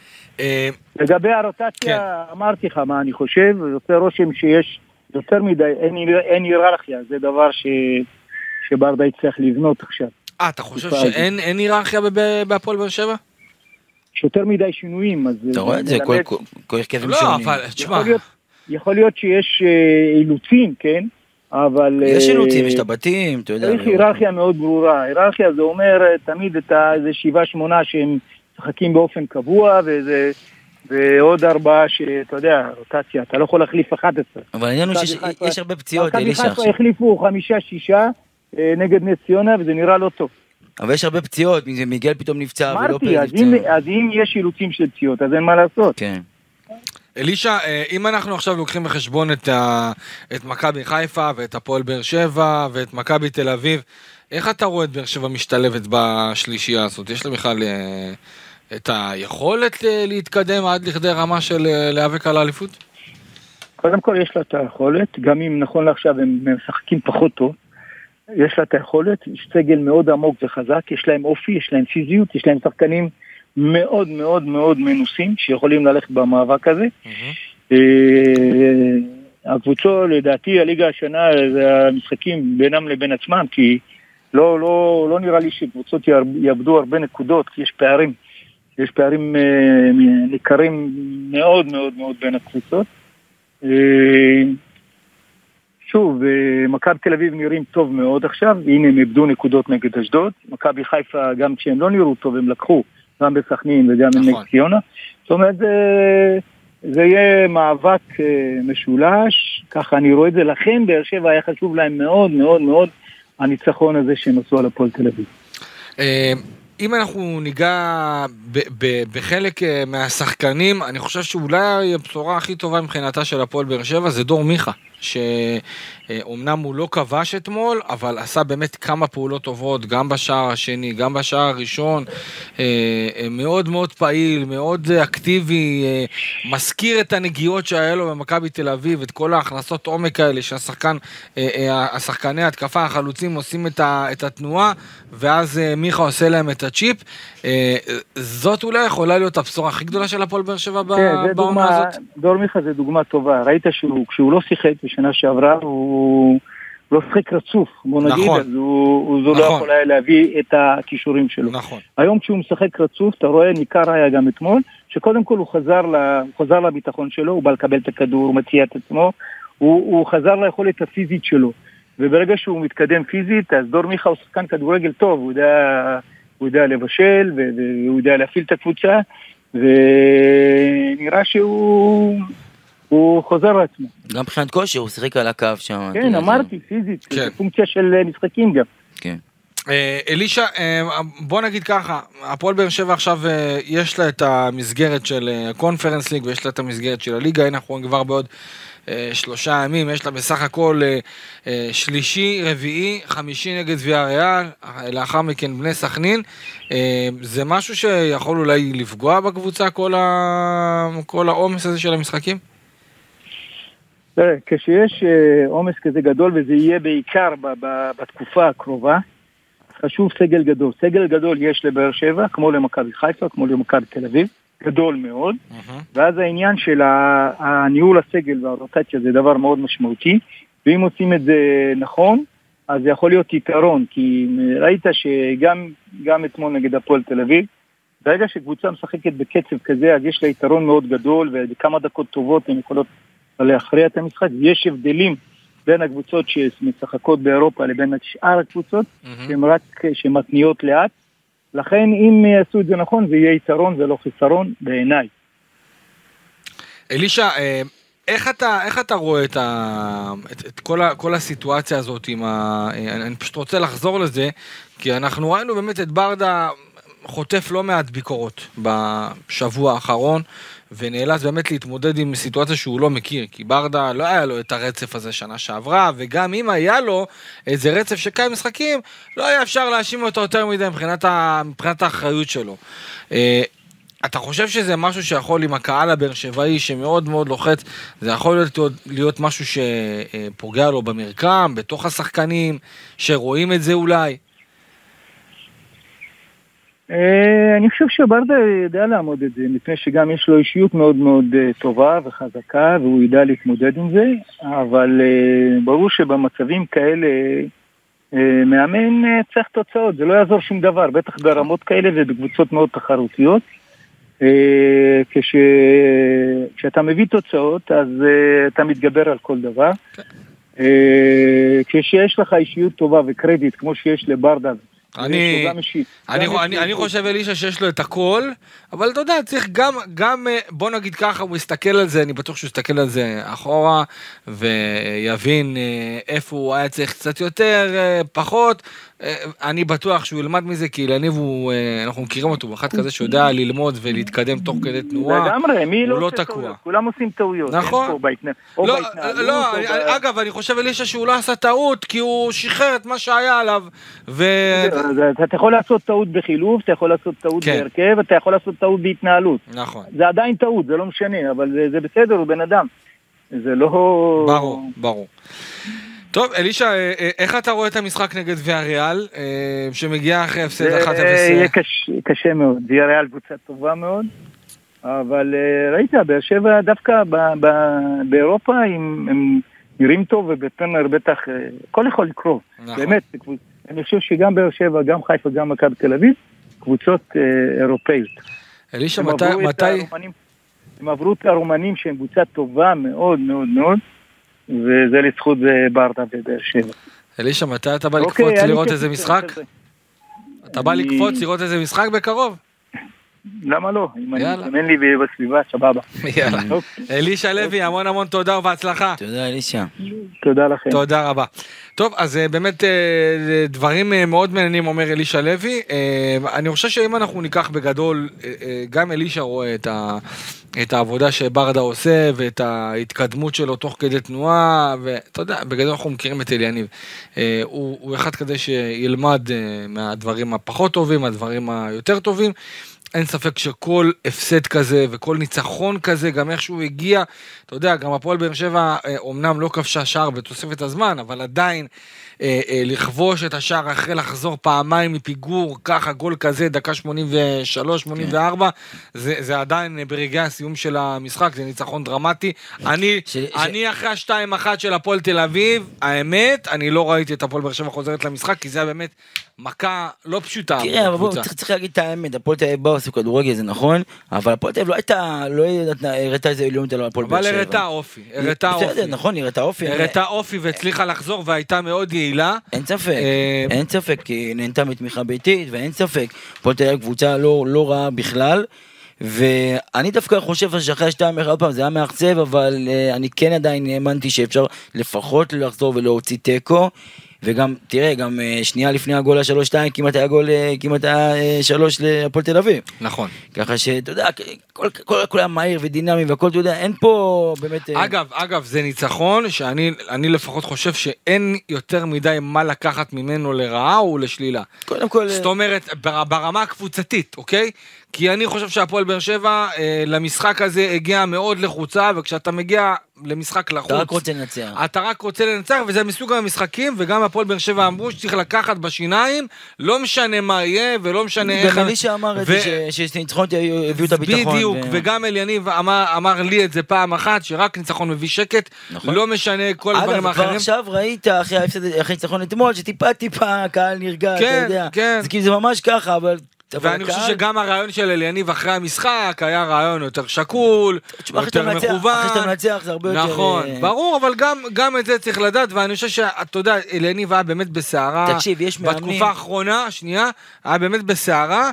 לגבי הרוטציה, אמרתי לך מה אני חושב, יוצא רושם שיש יותר מדי, אין היררכיה, זה דבר שברדה יצטרך לבנות עכשיו. אתה חושב שאין היררכיה בהפועל באר שבע? יש יותר מדי שינויים, אז... אתה רואה את זה, כל הרכבים שונים. לא, אבל, תשמע... יכול להיות שיש אילוצים, כן? אבל... יש אילוצים, יש את הבתים, אתה יודע... צריך היררכיה מאוד ברורה. היררכיה זה אומר תמיד את איזה 7-8 שהם משחקים באופן קבוע, ועוד 4 שאתה יודע, רוטציה, אתה לא יכול להחליף 11. אבל העניין הוא שיש הרבה פציעות, אלישע. מכבי חיפה החליפו 5-6 נגד נס ציונה, וזה נראה לא טוב. אבל יש הרבה פציעות, מיגל פתאום נפצע ולא פציעות. אז אם יש אילוצים של פציעות, אז אין מה לעשות. כן. אלישע, אם אנחנו עכשיו לוקחים בחשבון את מכבי חיפה ואת הפועל באר שבע ואת מכבי תל אביב, איך אתה רואה את באר שבע משתלבת בשלישייה הזאת? יש לה בכלל את היכולת להתקדם עד לכדי רמה של להיאבק על האליפות? קודם כל יש לה את היכולת, גם אם נכון לעכשיו הם משחקים פחות טוב, יש לה את היכולת, יש סגל מאוד עמוק וחזק, יש להם אופי, יש להם פיזיות, יש להם שחקנים מאוד מאוד מאוד מנוסים שיכולים ללכת במאבק הזה. הקבוצות, לדעתי, הליגה השנה זה המשחקים בינם לבין עצמם, כי לא נראה לי שקבוצות יאבדו הרבה נקודות, כי יש פערים. יש פערים ניכרים מאוד מאוד מאוד בין הקבוצות. שוב, מכבי תל אביב נראים טוב מאוד עכשיו, והנה הם איבדו נקודות נגד אשדוד. מכבי חיפה, גם כשהם לא נראו טוב, הם לקחו, גם בסכנין וגם נגד ציונה. זאת אומרת, זה יהיה מאבק משולש, ככה אני רואה את זה. לכן באר שבע היה חשוב להם מאוד מאוד מאוד הניצחון הזה שהם עשו על הפועל תל אביב. אם אנחנו ניגע בחלק מהשחקנים, אני חושב שאולי הבשורה הכי טובה מבחינתה של הפועל באר שבע זה דור מיכה, שאומנם הוא לא כבש אתמול, אבל עשה באמת כמה פעולות טובות, גם בשער השני, גם בשער הראשון, מאוד מאוד פעיל, מאוד אקטיבי, מזכיר את הנגיעות שהיה לו במכבי תל אביב, את כל ההכנסות עומק האלה, שהשחקני התקפה, החלוצים עושים את התנועה, ואז מיכה עושה להם את הצ'יפ. זאת אולי יכולה להיות הבשורה הכי גדולה של הפועל באר שבע בעונה הזאת? דור מיכה זה דוגמה טובה, ראית כשהוא לא שיחק בשנה שעברה, הוא לא שחק רצוף, בוא נגיד, אז הוא לא יכול היה להביא את הכישורים שלו. היום כשהוא משחק רצוף, אתה רואה, ניכר היה גם אתמול, שקודם כל הוא חזר לביטחון שלו, הוא בא לקבל את הכדור, הוא מציע את עצמו, הוא חזר ליכולת הפיזית שלו, וברגע שהוא מתקדם פיזית, אז דור מיכה הוא שחקן כדורגל טוב, הוא יודע לבשל, והוא יודע להפעיל את הקבוצה, ונראה הוא חוזר לעצמו. גם מבחינת כושר, הוא שיחק על הקו שם. כן, אמרתי, פיזית, זה פונקציה של משחקים גם. כן. אלישע, בוא נגיד ככה, הפועל באר שבע עכשיו יש לה את המסגרת של קונפרנס ליג, ויש לה את המסגרת של הליגה, הנה אנחנו כבר בעוד 3 ימים, יש לה בסך הכל שלישי, רביעי, חמישי נגד ויאריאל, לאחר מכן בני סכנין, זה משהו שיכול אולי לפגוע בקבוצה כל העומס הזה של המשחקים? כשיש עומס כזה גדול, וזה יהיה בעיקר בתקופה הקרובה, חשוב סגל גדול. סגל גדול יש לבאר שבע, כמו למכבי חיפה, כמו למכבי תל אביב, גדול מאוד, ואז העניין של הניהול הסגל והרוטציה זה דבר מאוד משמעותי, ואם עושים את זה נכון, אז זה יכול להיות יתרון, כי ראית שגם אתמול נגד הפועל תל אביב, ברגע שקבוצה משחקת בקצב כזה, אז יש לה יתרון מאוד גדול, וכמה דקות טובות הן יכולות להכריע את המשחק. יש הבדלים בין הקבוצות שמשחקות באירופה לבין שאר הקבוצות, שהן רק שמתניעות לאט, לכן אם יעשו את זה נכון, זה יהיה יתרון ולא חיסרון בעיניי. אלישע, איך אתה רואה את כל הסיטואציה הזאת? אני פשוט רוצה לחזור לזה, כי אנחנו ראינו באמת את ברדה חוטף לא מעט ביקורות בשבוע האחרון, ונאלץ באמת להתמודד עם סיטואציה שהוא לא מכיר, כי ברדה לא היה לו את הרצף הזה שנה שעברה, וגם אם היה לו איזה רצף שקיים משחקים, לא היה אפשר להאשים אותו יותר מדי מבחינת האחריות שלו. אתה חושב שזה משהו שיכול עם הקהל הבאר שבעי שמאוד מאוד לוחץ, זה יכול להיות משהו שפוגע לו במרקם, בתוך השחקנים, שרואים את זה אולי? אני חושב שברדה יודע לעמוד את זה, מפני שגם יש לו אישיות מאוד מאוד טובה וחזקה, והוא ידע להתמודד עם זה, אבל ברור שבמצבים כאלה מאמן צריך תוצאות, זה לא יעזור שום דבר, בטח ברמות כאלה ובקבוצות מאוד תחרותיות. כשאתה מביא תוצאות, אז אתה מתגבר על כל דבר. כשיש לך אישיות טובה וקרדיט, כמו שיש לברדה, אני חושב אלישע שיש לו את הכל, אבל אתה יודע, צריך גם בוא נגיד ככה, הוא יסתכל על זה, אני בטוח שהוא יסתכל על זה אחורה, ויבין איפה הוא היה צריך קצת יותר, פחות, אני בטוח שהוא ילמד מזה, כי לניב אנחנו מכירים אותו, באחד כזה שיודע ללמוד ולהתקדם תוך כדי תנועה, לגמרי, מי הוא לא תקוע. טעויות, כולם עושים טעויות. נכון. לא, אגב, אני חושב אלישע שהוא לא עשה טעות, כי הוא שחרר את מה שהיה עליו, אתה יכול לעשות טעות בחילוף, אתה יכול לעשות טעות בהרכב, אתה יכול לעשות טעות בהתנהלות. נכון. זה עדיין טעות, זה לא משנה, אבל זה בסדר, הוא בן אדם. זה לא... ברור. טוב, אלישע, איך אתה רואה את המשחק נגד ויאריאל, שמגיע אחרי הפסד 1-0? יהיה קשה מאוד. ויאריאל קבוצה טובה מאוד, אבל ראית, באר שבע דווקא באירופה הם נראים טוב, ובטנר בטח, הכל יכול לקרוא. באמת, אני חושב שגם באר שבע, גם חיפה, גם מכבי תל אביב, קבוצות אירופאיות. אלישע, מתי? הם עברו את הרומנים שהם קבוצה טובה מאוד מאוד מאוד, וזה לזכות ברדה בבאר שבע. אלישע, מתי אתה בא לקפוץ לראות איזה משחק? אתה בא לקפוץ לראות איזה משחק בקרוב? למה לא? אם אני מתאמן לי בסביבה, סבבה. יאללה. אלישע לוי, המון תודה ובהצלחה. תודה אלישע. תודה לכם. תודה רבה. טוב, אז באמת דברים מאוד מעניינים אומר אלישע לוי. אני חושב שאם אנחנו ניקח בגדול, גם אלישע רואה את העבודה שברדה עושה, ואת ההתקדמות שלו תוך כדי תנועה, ואתה יודע, בגדול אנחנו מכירים את אליניב. הוא אחד כזה שילמד מהדברים הפחות טובים, מהדברים היותר טובים. אין ספק שכל הפסד כזה וכל ניצחון כזה, גם איכשהו הגיע, אתה יודע, גם הפועל באר שבע אומנם לא כבשה שער בתוספת הזמן, אבל עדיין לכבוש את השער אחרי לחזור פעמיים מפיגור, ככה גול כזה, דקה 83, 84, זה עדיין ברגעי הסיום של המשחק, זה ניצחון דרמטי. אני אחרי 2-1 של הפועל תל אביב, האמת, אני לא ראיתי את הפועל באר שבע חוזרת למשחק, כי זה היה באמת מכה לא פשוטה. תראה, אבל צריך להגיד את האמת, הפועל תל אביב באו עשו כדורגל, זה נכון, אבל הפועל תל אביב לא הראתה איזה עליונות על הפועל באר שבע. אבל הראתה אופי. בסדר, נכון, הראתה אופי. הראתה אופי והצליחה לחזור והייתה מאוד יעילה. אין ספק, כי נהנתה מתמיכה ביתית, ואין ספק, הפועל תל אביב קבוצה לא רעה בכלל, ואני דווקא חושב שאחרי 2-1 פעם זה היה מאכזב, אבל אני כן עדיין האמנתי שאפשר לפחות לחזור ולהוציא טקו, וגם, תראה, גם שנייה לפני הגול ה-3-2, כמעט היה 3 להפועל תל אביב. נכון. ככה שאתה יודע, כל היה מהיר ודינמי והכל, אתה יודע, אין פה באמת... אגב, זה ניצחון שאני לפחות חושב שאין יותר מדי מה לקחת ממנו לרעה או לשלילה. קודם כל... זאת אומרת, ברמה הקבוצתית, אוקיי? כי אני חושב שהפועל באר שבע למשחק הזה הגיע מאוד לחוצה, וכשאתה מגיע למשחק לחוץ, אתה רק רוצה לנצח, וזה מסוג המשחקים, וגם הפועל באר שבע אמרו שצריך לקחת בשיניים, לא משנה מה יהיה, ולא משנה איך... גם מי שאמר את זה, שניצחונות הביאו את הביטחון. בדיוק, וגם אליניב אמר לי את זה פעם אחת, שרק ניצחון מביא שקט, לא משנה כל הדברים האחרים. אגב, כבר עכשיו ראית, אחרי ניצחון אתמול, שטיפה הקהל נרגע, אתה יודע. זה ממש ככה, אבל... ואני חושב שגם הרעיון של אליניב אחרי המשחק היה רעיון יותר שקול, יותר מכוון. אחרי שאתה מנצח זה הרבה יותר... נכון, ברור, אבל גם את זה צריך לדעת, ואני חושב שאתה יודע, אליניב היה באמת בסערה. תקשיב, יש מאמנים... בתקופה האחרונה, שנייה, היה באמת בסערה,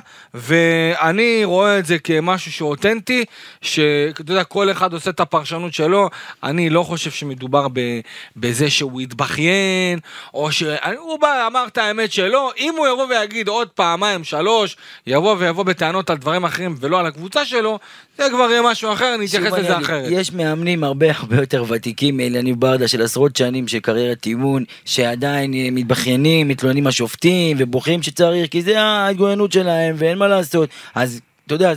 ואני רואה את זה כמשהו שאותנטי, שאתה יודע, כל אחד עושה את הפרשנות שלו, אני לא חושב שמדובר בזה שהוא יתבכיין, או שהוא בא, אמר את האמת שלו, אם הוא יבוא ויגיד עוד פעמיים, 3, יבוא בטענות על דברים אחרים ולא על הקבוצה שלו, זה כבר יהיה משהו אחר, אני אתייחס לזה אחרת. יש מאמנים הרבה יותר ותיקים מאליניב ברדה של עשרות שנים של קריירת אימון, שעדיין מתבכיינים, מתלוננים השופטים ובוכים שצריך, כי זה ההתגוננות שלהם ואין מה לעשות. אז אתה יודע,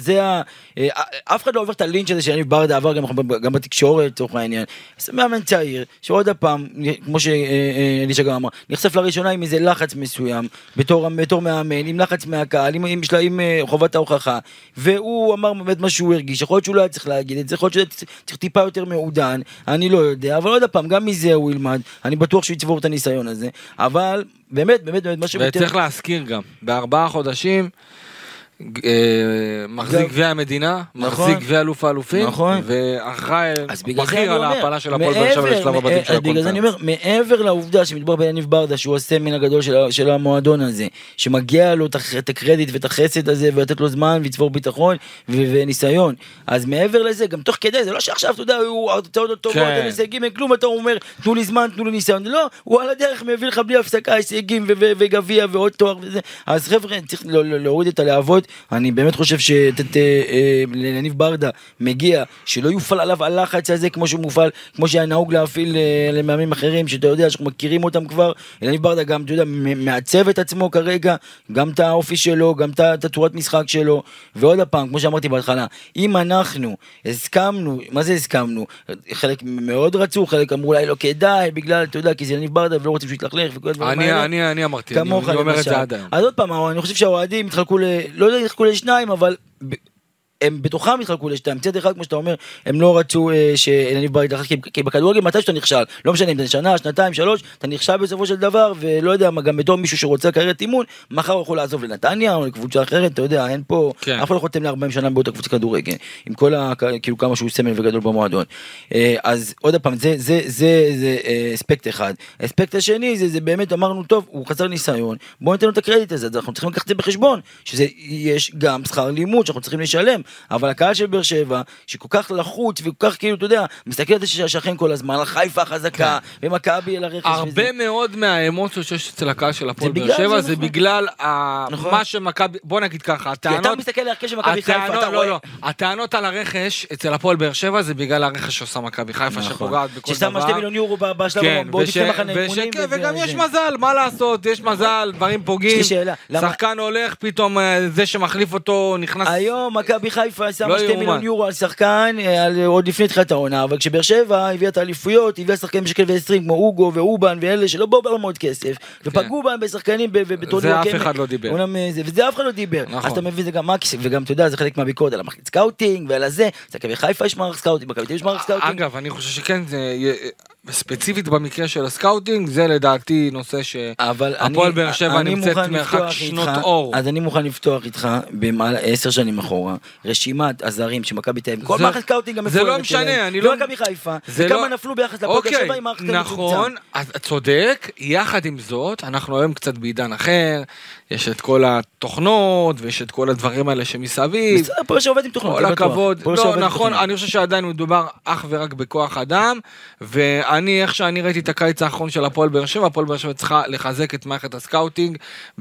אף אחד לא עובר את הלינץ' הזה שאליניב ברדה עבר גם בתקשורת, תוך העניין. זה מאמן צעיר, שעוד הפעם, כמו שאלישע גם אמר, נחשף לראשונה עם איזה לחץ מסוים, בתור מאמן, עם לחץ מהקהל, עם חובת ההוכחה, והוא אמר באמת מה שהוא הרגיש, יכול להיות שהוא לא היה צריך להגיד את זה, יכול להיות שצריך טיפה יותר מעודן, אני לא יודע, אבל עוד הפעם, גם מזה הוא ילמד, אני בטוח שהוא יצבור את הניסיון הזה, אבל באמת, מה וצריך להזכיר גם, ב4 חודשים, מחזיק גביע המדינה, מחזיק גביע אלוף האלופים, ואחראי בכיר על ההפלה של הפועל באר שבע לשלב הבתים של הקונפרנס. בגלל זה אני אומר, מעבר לעובדה שמדובר באליניב ברדה, שהוא הסמל הגדול של המועדון הזה, שמגיע לו את הקרדיט ואת החסד הזה, ולתת לו זמן ויצבור ביטחון וניסיון, אז מעבר לזה, גם תוך כדי, זה לא שעכשיו, אתה יודע, הוא תוצאות טובות, אין הישגים, כלום, אתה אומר, תנו לי זמן, תנו לי ניסיון, לא, הוא על הדרך מביא לך בלי הפסקה, הישגים וגביע ועוד תואר וזה, אז חבר'ה, צריך להוריד את הלהבות. אני באמת חושב שלאליניב ברדה מגיע, שלא יופעל עליו הלחץ הזה כמו שהוא מופעל, כמו שהיה נהוג להפעיל למאמנים אחרים, שאתה יודע שאנחנו מכירים אותם כבר. אליניב ברדה גם, אתה יודע, מעצב את עצמו כרגע, גם את האופי שלו, גם את הצורת משחק שלו, ועוד הפעם, כמו שאמרתי בהתחלה, אם אנחנו הסכמנו, מה זה הסכמנו? חלק מאוד רצו, חלק אמרו אולי לא כדאי, בגלל, אתה יודע, כי זה אליניב ברדה ולא רוצים שיתלכלך וכל הדברים האלה. אני אמרתי, אני אומר את זה עד היום. אז עוד פעם, אני חושב שהאוהדים התחלקו לא יודע, התחלקו לשניים, אבל הם בתוכם התחלקו לשתיים, צד אחד כמו שאתה אומר, הם לא רצו שאליניב ברדה יתרחק, כי בכדורגל מתי שאתה נכשל, לא משנה אם זה שנה, שנתיים, 3, אתה נכשל בסופו של דבר, ולא יודע, גם בתור מישהו שרוצה קריירת אימון, מחר הוא יכול לעזוב לנתניה או לקבוצה אחרת, אתה יודע, אין פה, אף אחד לא חותם ל40 שנה באותה קבוצה כדורגל, עם כל כאילו כמה שהוא סמל וגדול במועדון. אז עוד פעם, זה אספקט אחד. האספקט השני, זה באמת אמרנו, טוב, הוא חסר ניסיון, בואו ניתן לו את הקרדיט הזה, אז אנחנו צריכים לקחת את זה בחשבון, שזה יש גם שכר לימוד שאנחנו צריכים לשלם. אבל הקהל של באר שבע, שכל כך לחוץ וכל כך כאילו, אתה יודע, מסתכל על זה שהשכן כל הזמן, על חיפה חזקה, ומכבי על הרכש. הרבה מאוד מהאמוציות שיש אצל הקהל של הפועל באר שבע, זה בגלל מה שמכבי, בוא נגיד ככה, הטענות על הרכש אצל הפועל באר שבע, זה בגלל הרכש שעושה מכבי חיפה, שפוגעת בכל דבר. ששמה 2 מיליון יורו בשלב בעוד לפני מחנה אימונים. וגם יש מזל, מה לעשות, יש מזל, דברים פוגעים, שחקן הולך, פתאום זה שמחליף אותו נכנס... היום מכבי חיפה שמה 2 מיליון יורו על שחקן, עוד לפני תחילת העונה, אבל כשבאר שבע הביאה את האליפויות, הביאה שחקנים בשקל ו20 כמו אוגו ואובן ואלה שלא באו מאוד כסף, ופגעו בהם בשחקנים זה אף אחד לא דיבר. וזה אף אחד לא דיבר. אז אתה מבין, זה גם מקס, וגם אתה יודע, זה חלק מהביקורת על המחלקת סקאוטינג ועל הזה, זה מכבי חיפה יש מערך סקאוטינג, מכבי תל אביב יש מערך סקאוטינג. אגב, אני חושב שכן, ספציפית במקרה של הסקאוטינג, זה לדעתי נושא שהפועל באר שבע נמצאת מרחק שנות אור. אז אני מוכן לפתוח איתך במעל 10 שנים אחורה, רשימת הזרים שמכבי תל אביב, כל מערכת סקאוטינג המפוארת שלהם. זה לא משנה, אני לא מכבי חיפה, וכמה נפלו ביחס לפועל באר שבע עם מערכת מצומצם. נכון, צודק, יחד עם זאת, אנחנו היום קצת בעידן אחר, יש את כל התוכנות, ויש את כל הדברים האלה שמסביב. פה שעובד עם תוכנות, כל הכבוד. לא, נכון, אני חושב שעדיין מדובר אך ורק בכוח אדם, ואני, איך שאני ראיתי את הקיץ האחרון של הפועל באר שבע, הפועל באר שבע צריכה לחזק את מערכת הסקאוטינג,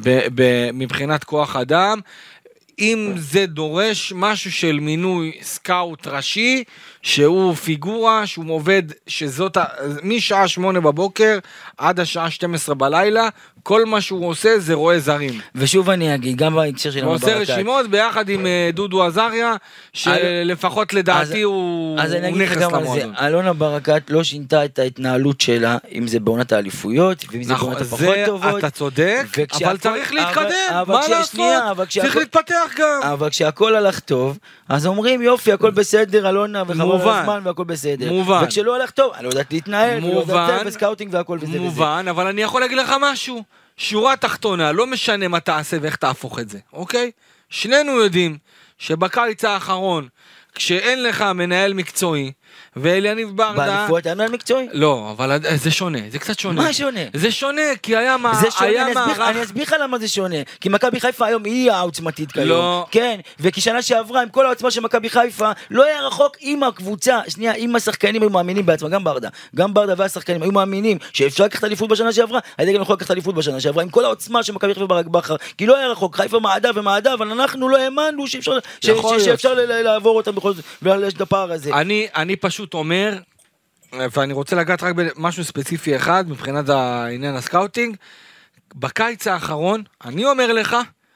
מבחינת כוח אדם, אם זה דורש משהו של מינוי סקאוט ראשי, שהוא פיגורה, שהוא עובד, שזאת, משעה 8 בבוקר, עד השעה 12 בלילה, כל מה שהוא עושה זה רואה זרים. ושוב אני אגיד, גם בהקשר של אלונה ברקת. הוא עושה רשימות ביחד עם דודו עזריה, שלפחות לדעתי הוא נכס למועדון. אלונה ברקת לא שינתה את ההתנהלות שלה, אם זה בעונת האליפויות, ואם זה בעונת הפחות טובות. אתה צודק, אבל צריך להתקדם, מה לעשות? צריך להתפתח גם. אבל כשהכל הלך טוב, אז אומרים יופי, הכל בסדר, אלונה וחבל הזמן והכל בסדר. וכשלא הלך טוב, אני לא יודעת להתנהל, וסקאוטינג והכל וזה וזה. מובן, אבל אני יכול להגיד לך משהו. שורה תחתונה, לא משנה מה תעשה ואיך תהפוך את זה, אוקיי? שנינו יודעים שבקיץ האחרון, כשאין לך מנהל מקצועי, ואליניב ברדה... באליפויות היה מנהל מקצועי? לא, אבל זה שונה, זה קצת שונה. מה שונה? זה שונה, כי היה מערך... אני אסביר לך למה זה שונה. כי מכבי חיפה היום היא העוצמתית כיום. לא. כן, וכי שנה שעברה, עם כל העוצמה של מכבי חיפה, לא היה רחוק עם הקבוצה, שנייה, עם השחקנים היו מאמינים בעצמה, גם ברדה והשחקנים היו מאמינים שאפשר לקחת אליפות בשנה שעברה, הייתי גם יכול לקחת אליפות בשנה שעברה, עם כל העוצמה של מכבי חיפה ברק בכר, כי לא היה רחוק, חיפה מעדה, אבל אנחנו לא האמנו שאפשר לעבור אותם בכל זאת, ולש את הפער הזה. אני פשוט אומר, ואני רוצה לגעת רק במשהו ספציפי אחד, מבחינת העניין הסקאוטינג, בקיץ האחרון, אני אומר לך,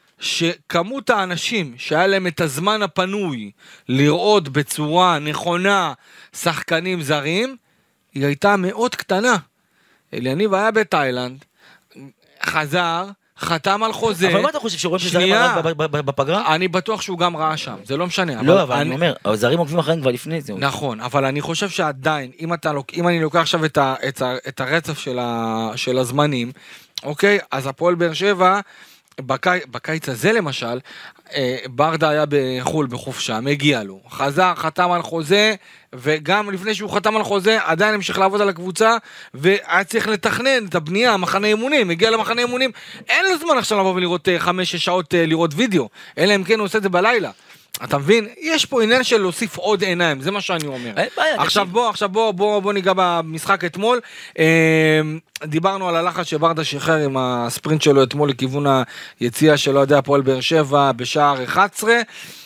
שכמות האנשים שהיה להם את הזמן הפנוי לראות בצורה נכונה שחקנים זרים, היא הייתה מאוד קטנה. אליניב היה בתאילנד, חזר, חתם על חוזה. אבל מה אתה חושב שרואים שזרים בפגרה? אני בטוח שהוא גם ראה שם, זה לא משנה. לא, אבל אני אומר, הזרים עוקבים אחריהם כבר לפני זה. נכון, אבל אני חושב שעדיין, אם אני לוקח עכשיו את הרצף של הזמנים, אוקיי, אז הפועל באר שבע, בקיץ הזה למשל, ברדה היה בחול בחופשה, מגיע לו, חזר, חתם על חוזה, וגם לפני שהוא חתם על חוזה, עדיין המשיך לעבוד על הקבוצה, והיה צריך לתכנן את הבנייה, מחנה אימונים, הגיע למחנה אימונים, אין לו זמן עכשיו לבוא ולראות 5-6 שעות לראות וידאו, אלא אם כן הוא עושה את זה בלילה. אתה מבין? יש פה עניין של להוסיף עוד עיניים, זה מה שאני אומר. עכשיו בוא ניגע במשחק אתמול, דיברנו על הלחץ שברדה שחרר עם הספרינט שלו אתמול לכיוון היציאה של אוהדי הפועל באר שבע בשער 11,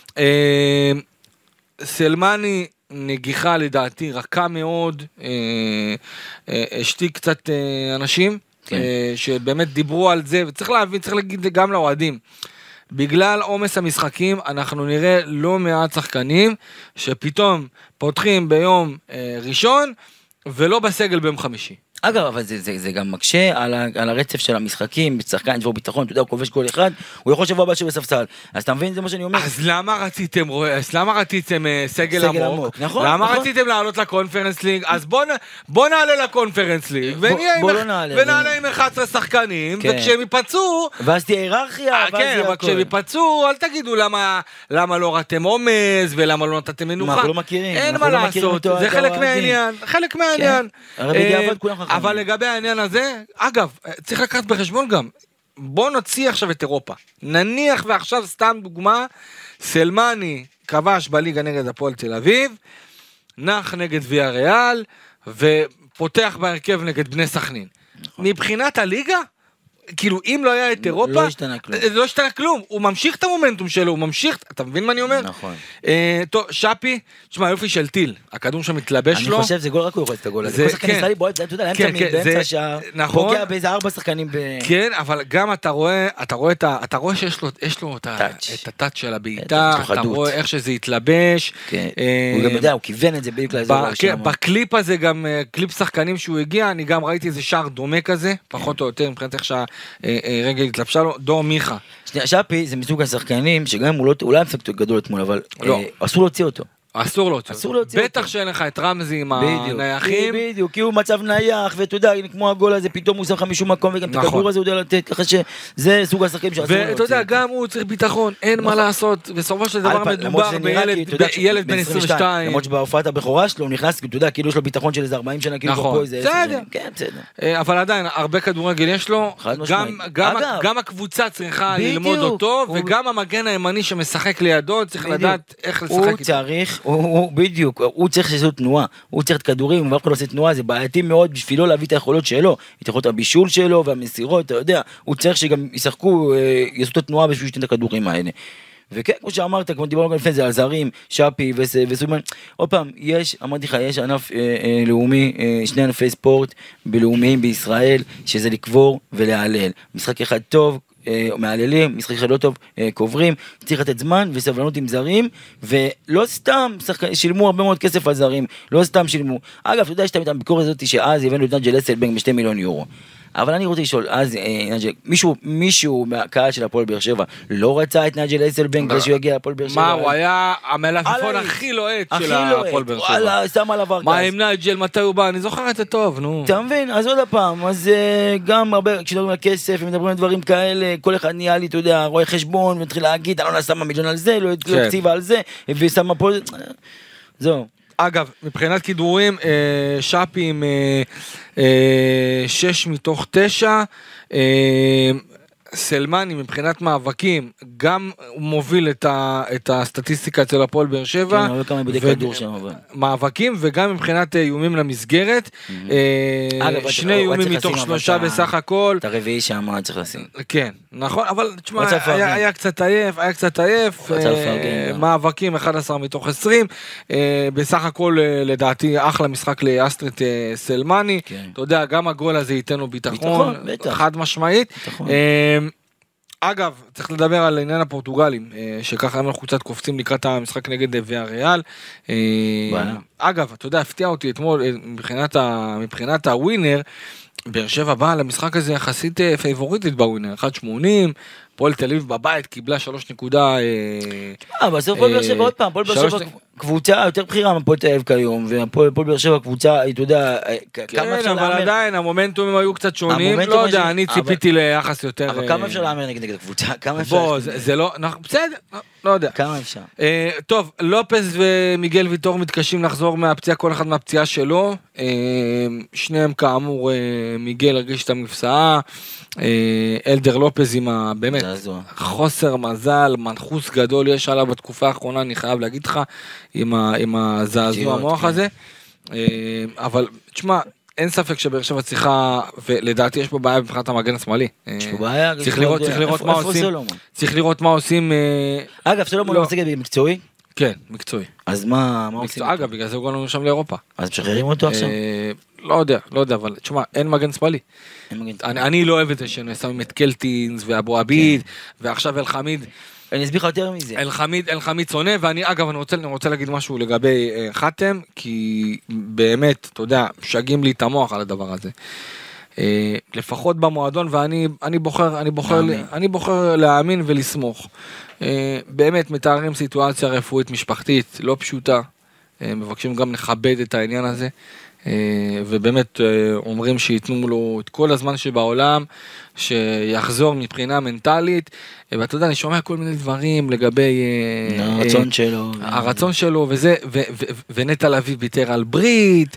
סלמני נגיחה לדעתי רכה מאוד, השתיק קצת אנשים, שבאמת דיברו על זה, וצריך להבין, צריך להגיד גם לאוהדים, בגלל עומס המשחקים, אנחנו נראה לא מעט שחקנים, שפתאום פותחים ביום ראשון, ולא בסגל ביום חמישי. אגב, אבל זה גם מקשה על הרצף של המשחקים, שחקן שבו ביטחון, אתה יודע, הוא כובש גול אחד, הוא יכול שבוע הבא שבספסל. אז אתה מבין, זה מה שאני אומר. אז למה רציתם סגל עמוק? נכון. למה רציתם לעלות לקונפרנס ליג? אז בוא נעלה לקונפרנס ליג, ונעלה עם 11 שחקנים, וכשהם ייפצעו... ואז תהיה היררכיה, כן, אבל כשהם ייפצעו, אל תגידו למה לא ראיתם עומס, ולמה לא נתתם מנוחה. אנחנו לא מכירים. אין מה לעשות, זה חלק מהעניין. אבל לגבי העניין הזה, אגב, צריך לקחת בחשבון גם, בוא נוציא עכשיו את אירופה. נניח ועכשיו סתם דוגמה, סלמני כבש בליגה נגד הפועל תל אביב, נח נגד ויה ריאל, ופותח בהרכב נגד בני סכנין. מבחינת הליגה, כאילו אם לא היה את אירופה, לא השתנה כלום, הוא ממשיך את המומנטום שלו, הוא ממשיך, אתה מבין מה אני אומר? נכון. טוב, שפי, תשמע, יופי של טיל, הכדור שמתלבש לו. אני חושב, זה גול רק הוא יכול את הגול הזה. כל שחקן ישראלי בועט, אתה יודע, באמצע השעה, פוגע באיזה 4 שחקנים. כן, אבל גם אתה רואה שיש לו את הטאץ' של הבעיטה, אתה רואה איך שזה יתלבש. הוא גם יודע, הוא כיוון את זה בדיוק לאזור. בקליפ הזה, גם קליפ שחקנים שהוא הגיע, אני גם ראיתי איזה שער דומה כזה, פחות או יותר, מבחינת איך רגע התלבשה לו, דור מיכה. שנייה, שפי זה מסוג השחקנים, שגם הוא לא היה אפקט גדול אתמול, אבל אסור להוציא אותו. אסור להוציא. בטח שאין לך את רמזי עם הנייחים. בדיוק, כי הוא מצב נייח, ואתה יודע, כמו הגול הזה, פתאום הוא שם לך משום מקום, וגם את הכדור הזה הוא יודע לתת, ככה שזה סוג השחקנים שאסור להוציא. ואתה יודע, גם הוא צריך ביטחון, אין מה לעשות, בסופו של דבר מדובר בילד בן 22. למרות שבהופעת הבכורה שלו, הוא נכנס, אתה יודע, כאילו יש לו ביטחון של איזה 40 שנה, כאילו פה איזה 10 שנים. כן, בסדר. אבל עדיין, הרבה כדורגל יש לו, גם הקבוצה צריכה ללמוד אותו, וגם המגן הימני שמשחק לידו, צריך לדעת איך לשחק איתו. בדיוק, הוא צריך לעשות תנועה, הוא צריך את כדורים, אם אף אחד לא עושה תנועה, זה בעייתי מאוד בשבילו להביא את היכולות שלו, את יכולות הבישול שלו והמסירות, אתה יודע, הוא צריך שגם ישחקו, יעשו את התנועה בשביל שתיים את הכדורים האלה. וכן, כמו שאמרת, כמו דיברנו גם לפני זה, על זרים, שפי וסוימן, עוד פעם, אמרתי לך, יש ענף לאומי, 2 ענפי ספורט בלאומיים בישראל, שזה לקבור ולהעלל. משחק אחד טוב, מעללים, משחק אחד לא טוב, קוברים, צריך לתת זמן וסבלנות עם זרים, ולא סתם שילמו הרבה מאוד כסף על זרים, לא סתם שילמו. אגב, אתה יודע שאתה את הביקורת הזאת שאז הבאנו את נג'ל אסלבנק ב2 מיליון יורו. אבל אני רוצה לשאול, אז מישהו מהקהל של הפועל באר שבע לא רצה את נג'ל אסלבנק ושהוא יגיע לפועל באר שבע? מה, הוא היה המלפפון הכי לוהט של הפועל באר שבע. שם עליו ארגז. מה עם נג'ל, מתי הוא בא? אני זוכר את זה טוב, נו. אתה מבין? אז עוד הפעם, אז גם הרבה, כשמדברים על כסף ומדברים על דברים כאלה, כל אחד נהיה לי, אתה יודע, רואה חשבון ומתחיל להגיד, אני לא שמה מיליון על זה, לא הקציבה על זה, ושמה פה, זהו. אגב, מבחינת כידורים, שפי עם 6 מתוך 9, סלמני מבחינת מאבקים, גם הוא מוביל את הסטטיסטיקה אצל הפועל באר שבע, מאבקים וגם מבחינת איומים למסגרת, 2 איומים מתוך 3 בסך הכל. את הרביעי שהמה צריך לשים. כן, נכון, אבל תשמע, היה קצת עייף, מאבקים 11 מתוך 20, בסך הכל לדעתי אחלה משחק לאסטרית סלמני, אתה יודע, גם הגול הזה ייתן לו ביטחון, חד משמעית. אגב, צריך לדבר על עניין הפורטוגלים, שככה אנחנו קצת קופצים לקראת המשחק נגד ויה ריאל. אגב, אתה יודע, הפתיע אותי אתמול, מבחינת הווינר, באר שבע באה למשחק הזה יחסית פייבוריטית בווינר, 1.80, פועל תל אביב בבית קיבלה 3 נקודה. בסוף פועל באר שבע עוד פעם, פועל באר שבע קבוצה יותר בחירה מפועל תל אביב כיום, ופועל באר שבע קבוצה, אתה יודע, כמה אפשר לאמר. אבל עדיין, המומנטומים היו קצת שונים, לא יודע, אני ציפיתי ליחס יותר. אבל כמה אפשר לאמר נגד הקבוצה? בוא, זה לא, בסדר, לא יודע. כמה אפשר? טוב, לופס ומיגל ויטור מתקשים לחזור מהפציעה, כל אחד מהפציעה שלו, שניהם כאמור, מיגל הרגיש את המפסעה, אלדר לופס עם באמת חוסר מזל, מנחוס גדול יש עליו בתקופה האחרונה, אני חייב להגיד לך, עם הזעזוע המוח הזה, אבל תשמע, אין ספק שבאר שבע צריכה, ולדעתי יש פה בעיה מבחינת המגן השמאלי. צריך לראות מה עושים. אגב, סולומון לא מסגל מקצועי? כן, מקצועי. אז מה עושים? אגב, בגלל זה הוא גם נרשם לאירופה. אז משחררים אותו עכשיו? לא יודע, אבל תשמע, אין מגן שמאלי. אני לא אוהב את זה ששמים את קלטינס ואבו עביד, ועכשיו אלחמיד. אני אסביר לך יותר מזה. אלחמיד שונא, ואגב, אני רוצה להגיד משהו לגבי חתם, כי באמת, אתה יודע, שגים לי את המוח על הדבר הזה. לפחות במועדון, ואני בוחר להאמין ולסמוך. באמת מתארים סיטואציה רפואית משפחתית, לא פשוטה, מבקשים גם לכבד את העניין הזה, ובאמת אומרים שיתנו לו את כל הזמן שבעולם, שיחזור מבחינה מנטלית, ואתה יודע, אני שומע כל מיני דברים לגבי הרצון שלו וזה, ונטע לביא ויתר על ברית.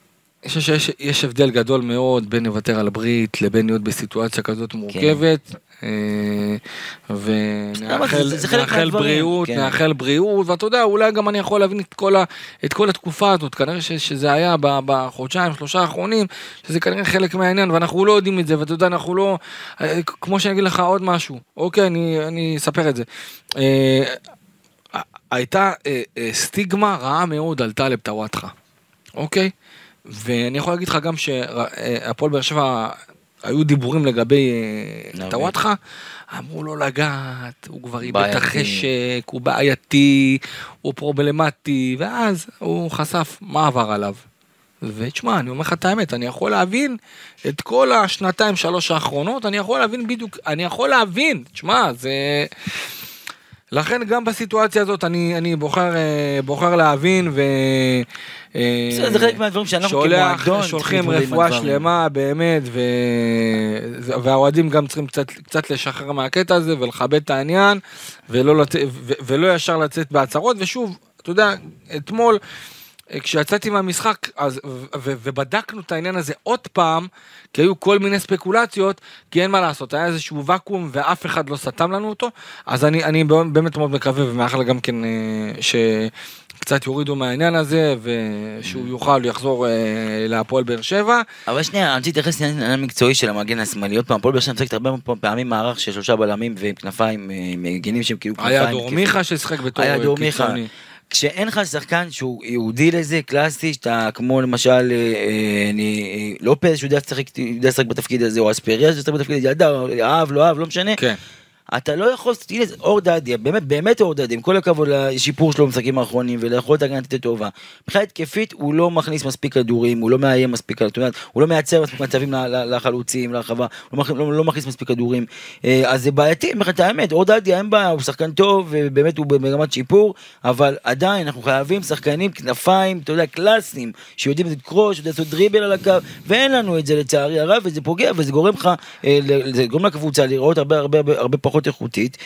יש הבדל גדול מאוד בין לוותר על ברית לבין להיות בסיטואציה כזאת מורכבת. ונאחל בריאות, נאחל בריאות, ואתה יודע, אולי גם אני יכול להבין את כל התקופה הזאת, כנראה שזה היה בחודשיים, 3 האחרונים, שזה כנראה חלק מהעניין, ואנחנו לא יודעים את זה, ואתה יודע, אנחנו לא, כמו שאני אגיד לך עוד משהו, אוקיי, אני אספר את זה. הייתה סטיגמה רעה מאוד על טלב טוואטחה, אוקיי? ואני יכול להגיד לך גם שהפועל באר שבע היו דיבורים לגבי טוואטחה, אמרו לו לגעת, הוא כבר איבד את החשק, הוא בעייתי, הוא פרובלמטי, ואז הוא חשף מה עבר עליו. ותשמע, אני אומר לך את האמת, אני יכול להבין את כל 2-3 האחרונות, אני יכול להבין בדיוק, תשמע, זה... לכן גם בסיטואציה הזאת אני בוחר להבין זה חלק מהדברים שאנחנו כמועדון שולחים רפואה שלמה באמת, והאוהדים גם צריכים קצת לשחרר מהקטע הזה ולכבד את העניין ולא ישר לצאת בהצהרות. ושוב, אתה יודע, אתמול כשיצאתי מהמשחק ובדקנו את העניין הזה עוד פעם, כי היו כל מיני ספקולציות, כי אין מה לעשות, היה איזשהו ואקום ואף אחד לא סתם לנו אותו, אז אני באמת מאוד מקווה ומאחל גם כן שקצת יורידו מהעניין הזה, ושהוא יוכל לחזור להפועל באר שבע. אבל שנייה, אני רוצה להתייחס לעניין המקצועי של המגן השמאלי, עוד פעם, הפועל באר שבע משחקת הרבה פעמים מערך של 3 בלמים וכנפיים מגנים שהם כאילו כנפיים. היה דור מיכה ששחק בתור קיצוני. כשאין לך שחקן שהוא יהודי לזה, קלאסי, שאתה כמו למשל, לופז, שהוא יודע לשחק בתפקיד הזה, או אספריה, שהוא לשחק בתפקיד הזה, ילדה, אהב, לא משנה. כן. אתה לא יכול, הנה, אור דדיה, באמת אור דדיה, עם כל הכבוד לשיפור שלו במשחקים האחרונים, וליכולת הגנתית הטובה. מבחינה התקפית, הוא לא מכניס מספיק כדורים, הוא לא מאיים מספיק, הוא לא מייצר מספיק מצבים לחלוצים, לרחבה, הוא לא מכניס מספיק כדורים. אז זה בעייתי, מבחינת האמת, אור דדיה אין בעיה, הוא שחקן טוב, ובאמת הוא במגמת שיפור, אבל עדיין אנחנו חייבים שחקנים, כנפיים, אתה יודע, קלאסיים, שיודעים את קרוש, שיודעים לעשות דריבל על הקו, ואין לנו את זה לצערי הרב, וזה פוגע, וזה גורם לך, זה גורם לקבוצה לראות הרבה פחות איכותית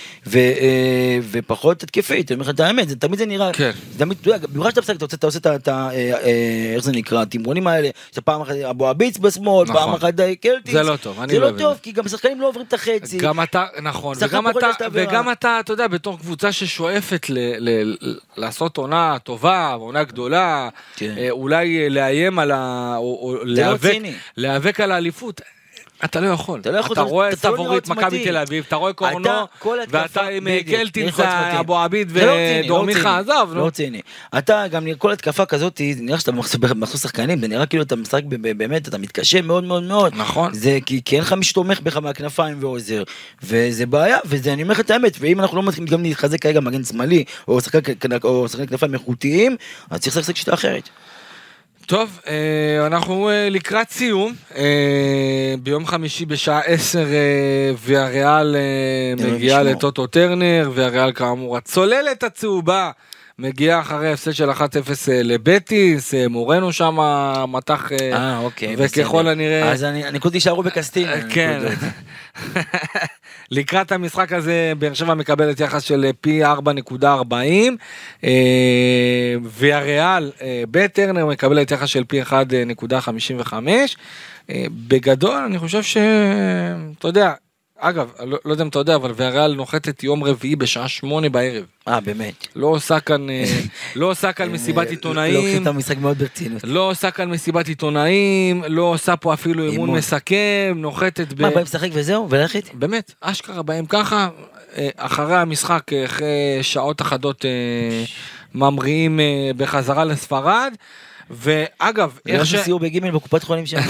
ופחות התקפית. אני אומר לך את האמת, תמיד זה נראה, במיוחד שאתה פסק, אתה עושה את איך זה נקרא, התמרונים האלה, שאתה פעם אחת אבו אביץ בשמאל, פעם אחת קלטינס, זה לא טוב, זה לא טוב, כי גם השחקנים לא עוברים את החצי. גם אתה, נכון, וגם אתה יודע, בתור קבוצה ששואפת לעשות עונה טובה, עונה גדולה, אולי לאיים על או להיאבק על האליפות, אתה לא יכול, אתה רואה את הפבוריט מכבי תל אביב, אתה רואה קורנו, ואתה עם קלטינס, אבו עביד ודור מיכה, עזוב. לא ציני. אתה גם כל התקפה כזאת, נראה שאתה מחסוס שחקנים, זה נראה כאילו אתה משחק באמת, אתה מתקשה מאוד מאוד מאוד. נכון. זה כי אין לך משתומך בך מהכנפיים ועוזר, וזה בעיה, וזה אני אומר לך את האמת, ואם אנחנו לא מתחילים גם להתחזק כרגע מגן שמאלי, או שחקני כנפיים איכותיים, אז צריך לשחק שיטה אחרת. טוב, אנחנו לקראת סיום, ביום חמישי בשעה 10 והריאל מגיעה לטוטו טרנר, והריאל כאמור הצוללת הצהובה מגיעה אחרי הפסד של 1-0 לבטיס, מורנו שם מתח, וככל הנראה... אז הנקודות יישארו בקסטין. כן. לקראת המשחק הזה, באר שבע מקבלת יחס של פי 4.40, והריאל בטרנר מקבלת יחס של פי 1.55. בגדול, אני חושב אתה יודע, אגב, לא יודע אם אתה יודע, אבל והריאל נוחתת יום רביעי בשעה 8 בערב. באמת. לא עושה כאן מסיבת עיתונאים. לא עושים את המשחק מאוד ברצינות. לא עושה כאן מסיבת עיתונאים, לא עושה פה אפילו אימון מסכם, נוחתת מה, באים לשחק וזהו? ולכת? באמת, אשכרה באים ככה, אחרי המשחק, אחרי שעות אחדות ממריאים בחזרה לספרד, ואגב, איך סיור בגימל בקופת חולים שם.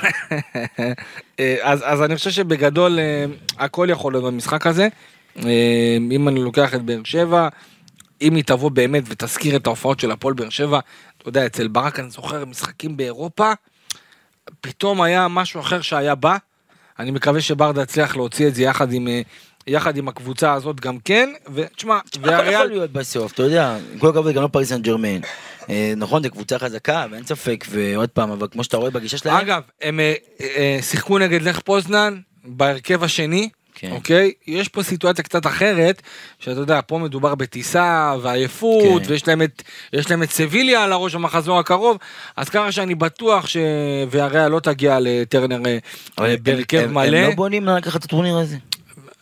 אז אני חושב שבגדול הכל יכול להיות במשחק הזה. אם אני לוקח את באר שבע, אם היא תבוא באמת ותזכיר את ההופעות של הפועל באר שבע, אתה יודע, אצל ברק אני זוכר משחקים באירופה, פתאום היה משהו אחר שהיה בא. אני מקווה שברדה הצליח להוציא את זה יחד עם הקבוצה הזאת גם כן, ותשמע, הכל יכול להיות בסוף, אתה יודע, כל הכבוד גם לא פריס סן ז'רמן. נכון, זו קבוצה חזקה, ואין ספק, ועוד פעם, אבל כמו שאתה רואה בגישה שלהם... אגב, הם שיחקו נגד לך פוזנן, בהרכב השני, אוקיי? יש פה סיטואציה קצת אחרת, שאתה יודע, פה מדובר בטיסה ועייפות, ויש להם את סביליה על הראש המחזור הקרוב, אז ככה שאני בטוח והריאל לא תגיע לטרנר בהרכב מלא. הם לא בונים לקחת את הטורניר הזה.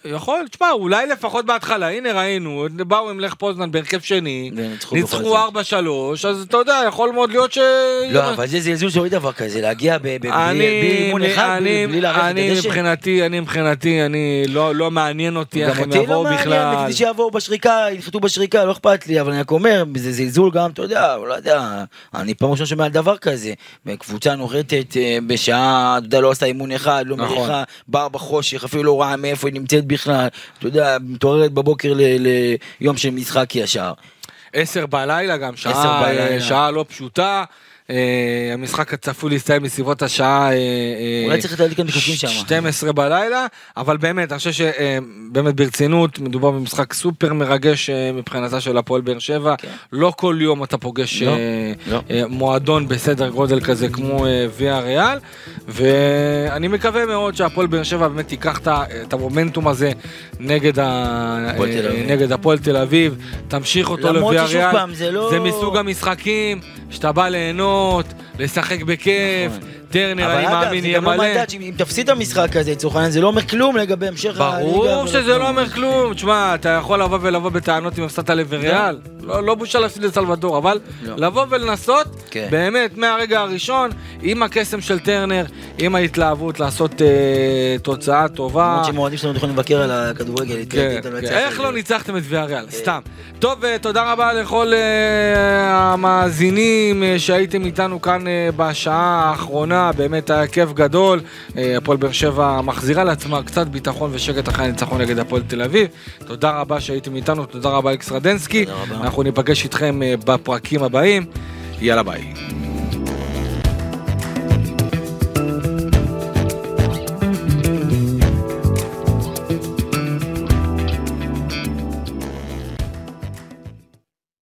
יכול, תשמע, אולי לפחות בהתחלה, הנה ראינו, באו עם לך פוזנן בהרכב שני, ניצחו 4-3, אז אתה יודע, יכול מאוד להיות לא, אבל זה זלזול שאולי דבר כזה, להגיע בלי אימון אחד, בלי לערך את הדשא. אני מבחינתי, לא מעניין אותי איך הם יבואו בכלל. גם אותי לא מעניין, מצדי שיבואו בשריקה, ינחתו בשריקה, לא אכפת לי, אבל אני רק אומר, זה זלזול גם, אתה יודע, לא יודע, אני פעם ראשון שומע על דבר כזה, בקבוצה נוחתת בשעה, אתה יודע, לא עושה אימון אחד, לא מריחה, בר בחושך, אפילו לא ראה מאיפה היא נמצאת בכלל, אתה יודע, מתעוררת בבוקר ליום של משחק ישר. 10 בלילה גם, שעה לא פשוטה, המשחק הצפוי להסתיים בסביבות השעה אולי צריך להדליק כאן בקוקים שם 12 בלילה, אבל באמת אני חושב שבאמת ברצינות מדובר במשחק סופר מרגש מבחינתה של הפועל באר שבע, לא כל יום אתה פוגש מועדון בסדר גודל כזה כמו ויה ריאל, ואני מקווה מאוד שהפועל באר שבע באמת ייקח את המומנטום הזה נגד הפועל תל אביב, תמשיך אותו לויה ריאל, זה מסוג המשחקים שאתה בא ליהנות, לשחק בכיף, טרנר אני מאמין יהיה מלא. אם תפסיד את המשחק הזה, צורכן, זה לא אומר כלום לגבי המשך ברור שזה לא אומר כלום, תשמע, אתה יכול לבוא בטענות אם הפסדת לווריאל, לא בושה להפסיד לסלבדור, אבל לבוא ולנסות, באמת, מהרגע הראשון, עם הקסם של טרנר, עם ההתלהבות, לעשות תוצאה טובה. למרות שמועדים שלנו יכולים לבקר על הכדורגל, איך לא ניצחתם את ויאריאל? סתם. טוב, תודה רבה לכל המאזינים שהייתם איתנו כאן בשעה האחרונה, באמת היה כיף גדול, הפועל באר שבע מחזירה לעצמה קצת ביטחון ושקט אחרי הניצחון נגד הפועל תל אביב. תודה רבה שהייתם איתנו, תודה רבה אלכס רדנסקי, אנחנו ניפגש איתכם בפרקים הבאים, יאללה ביי.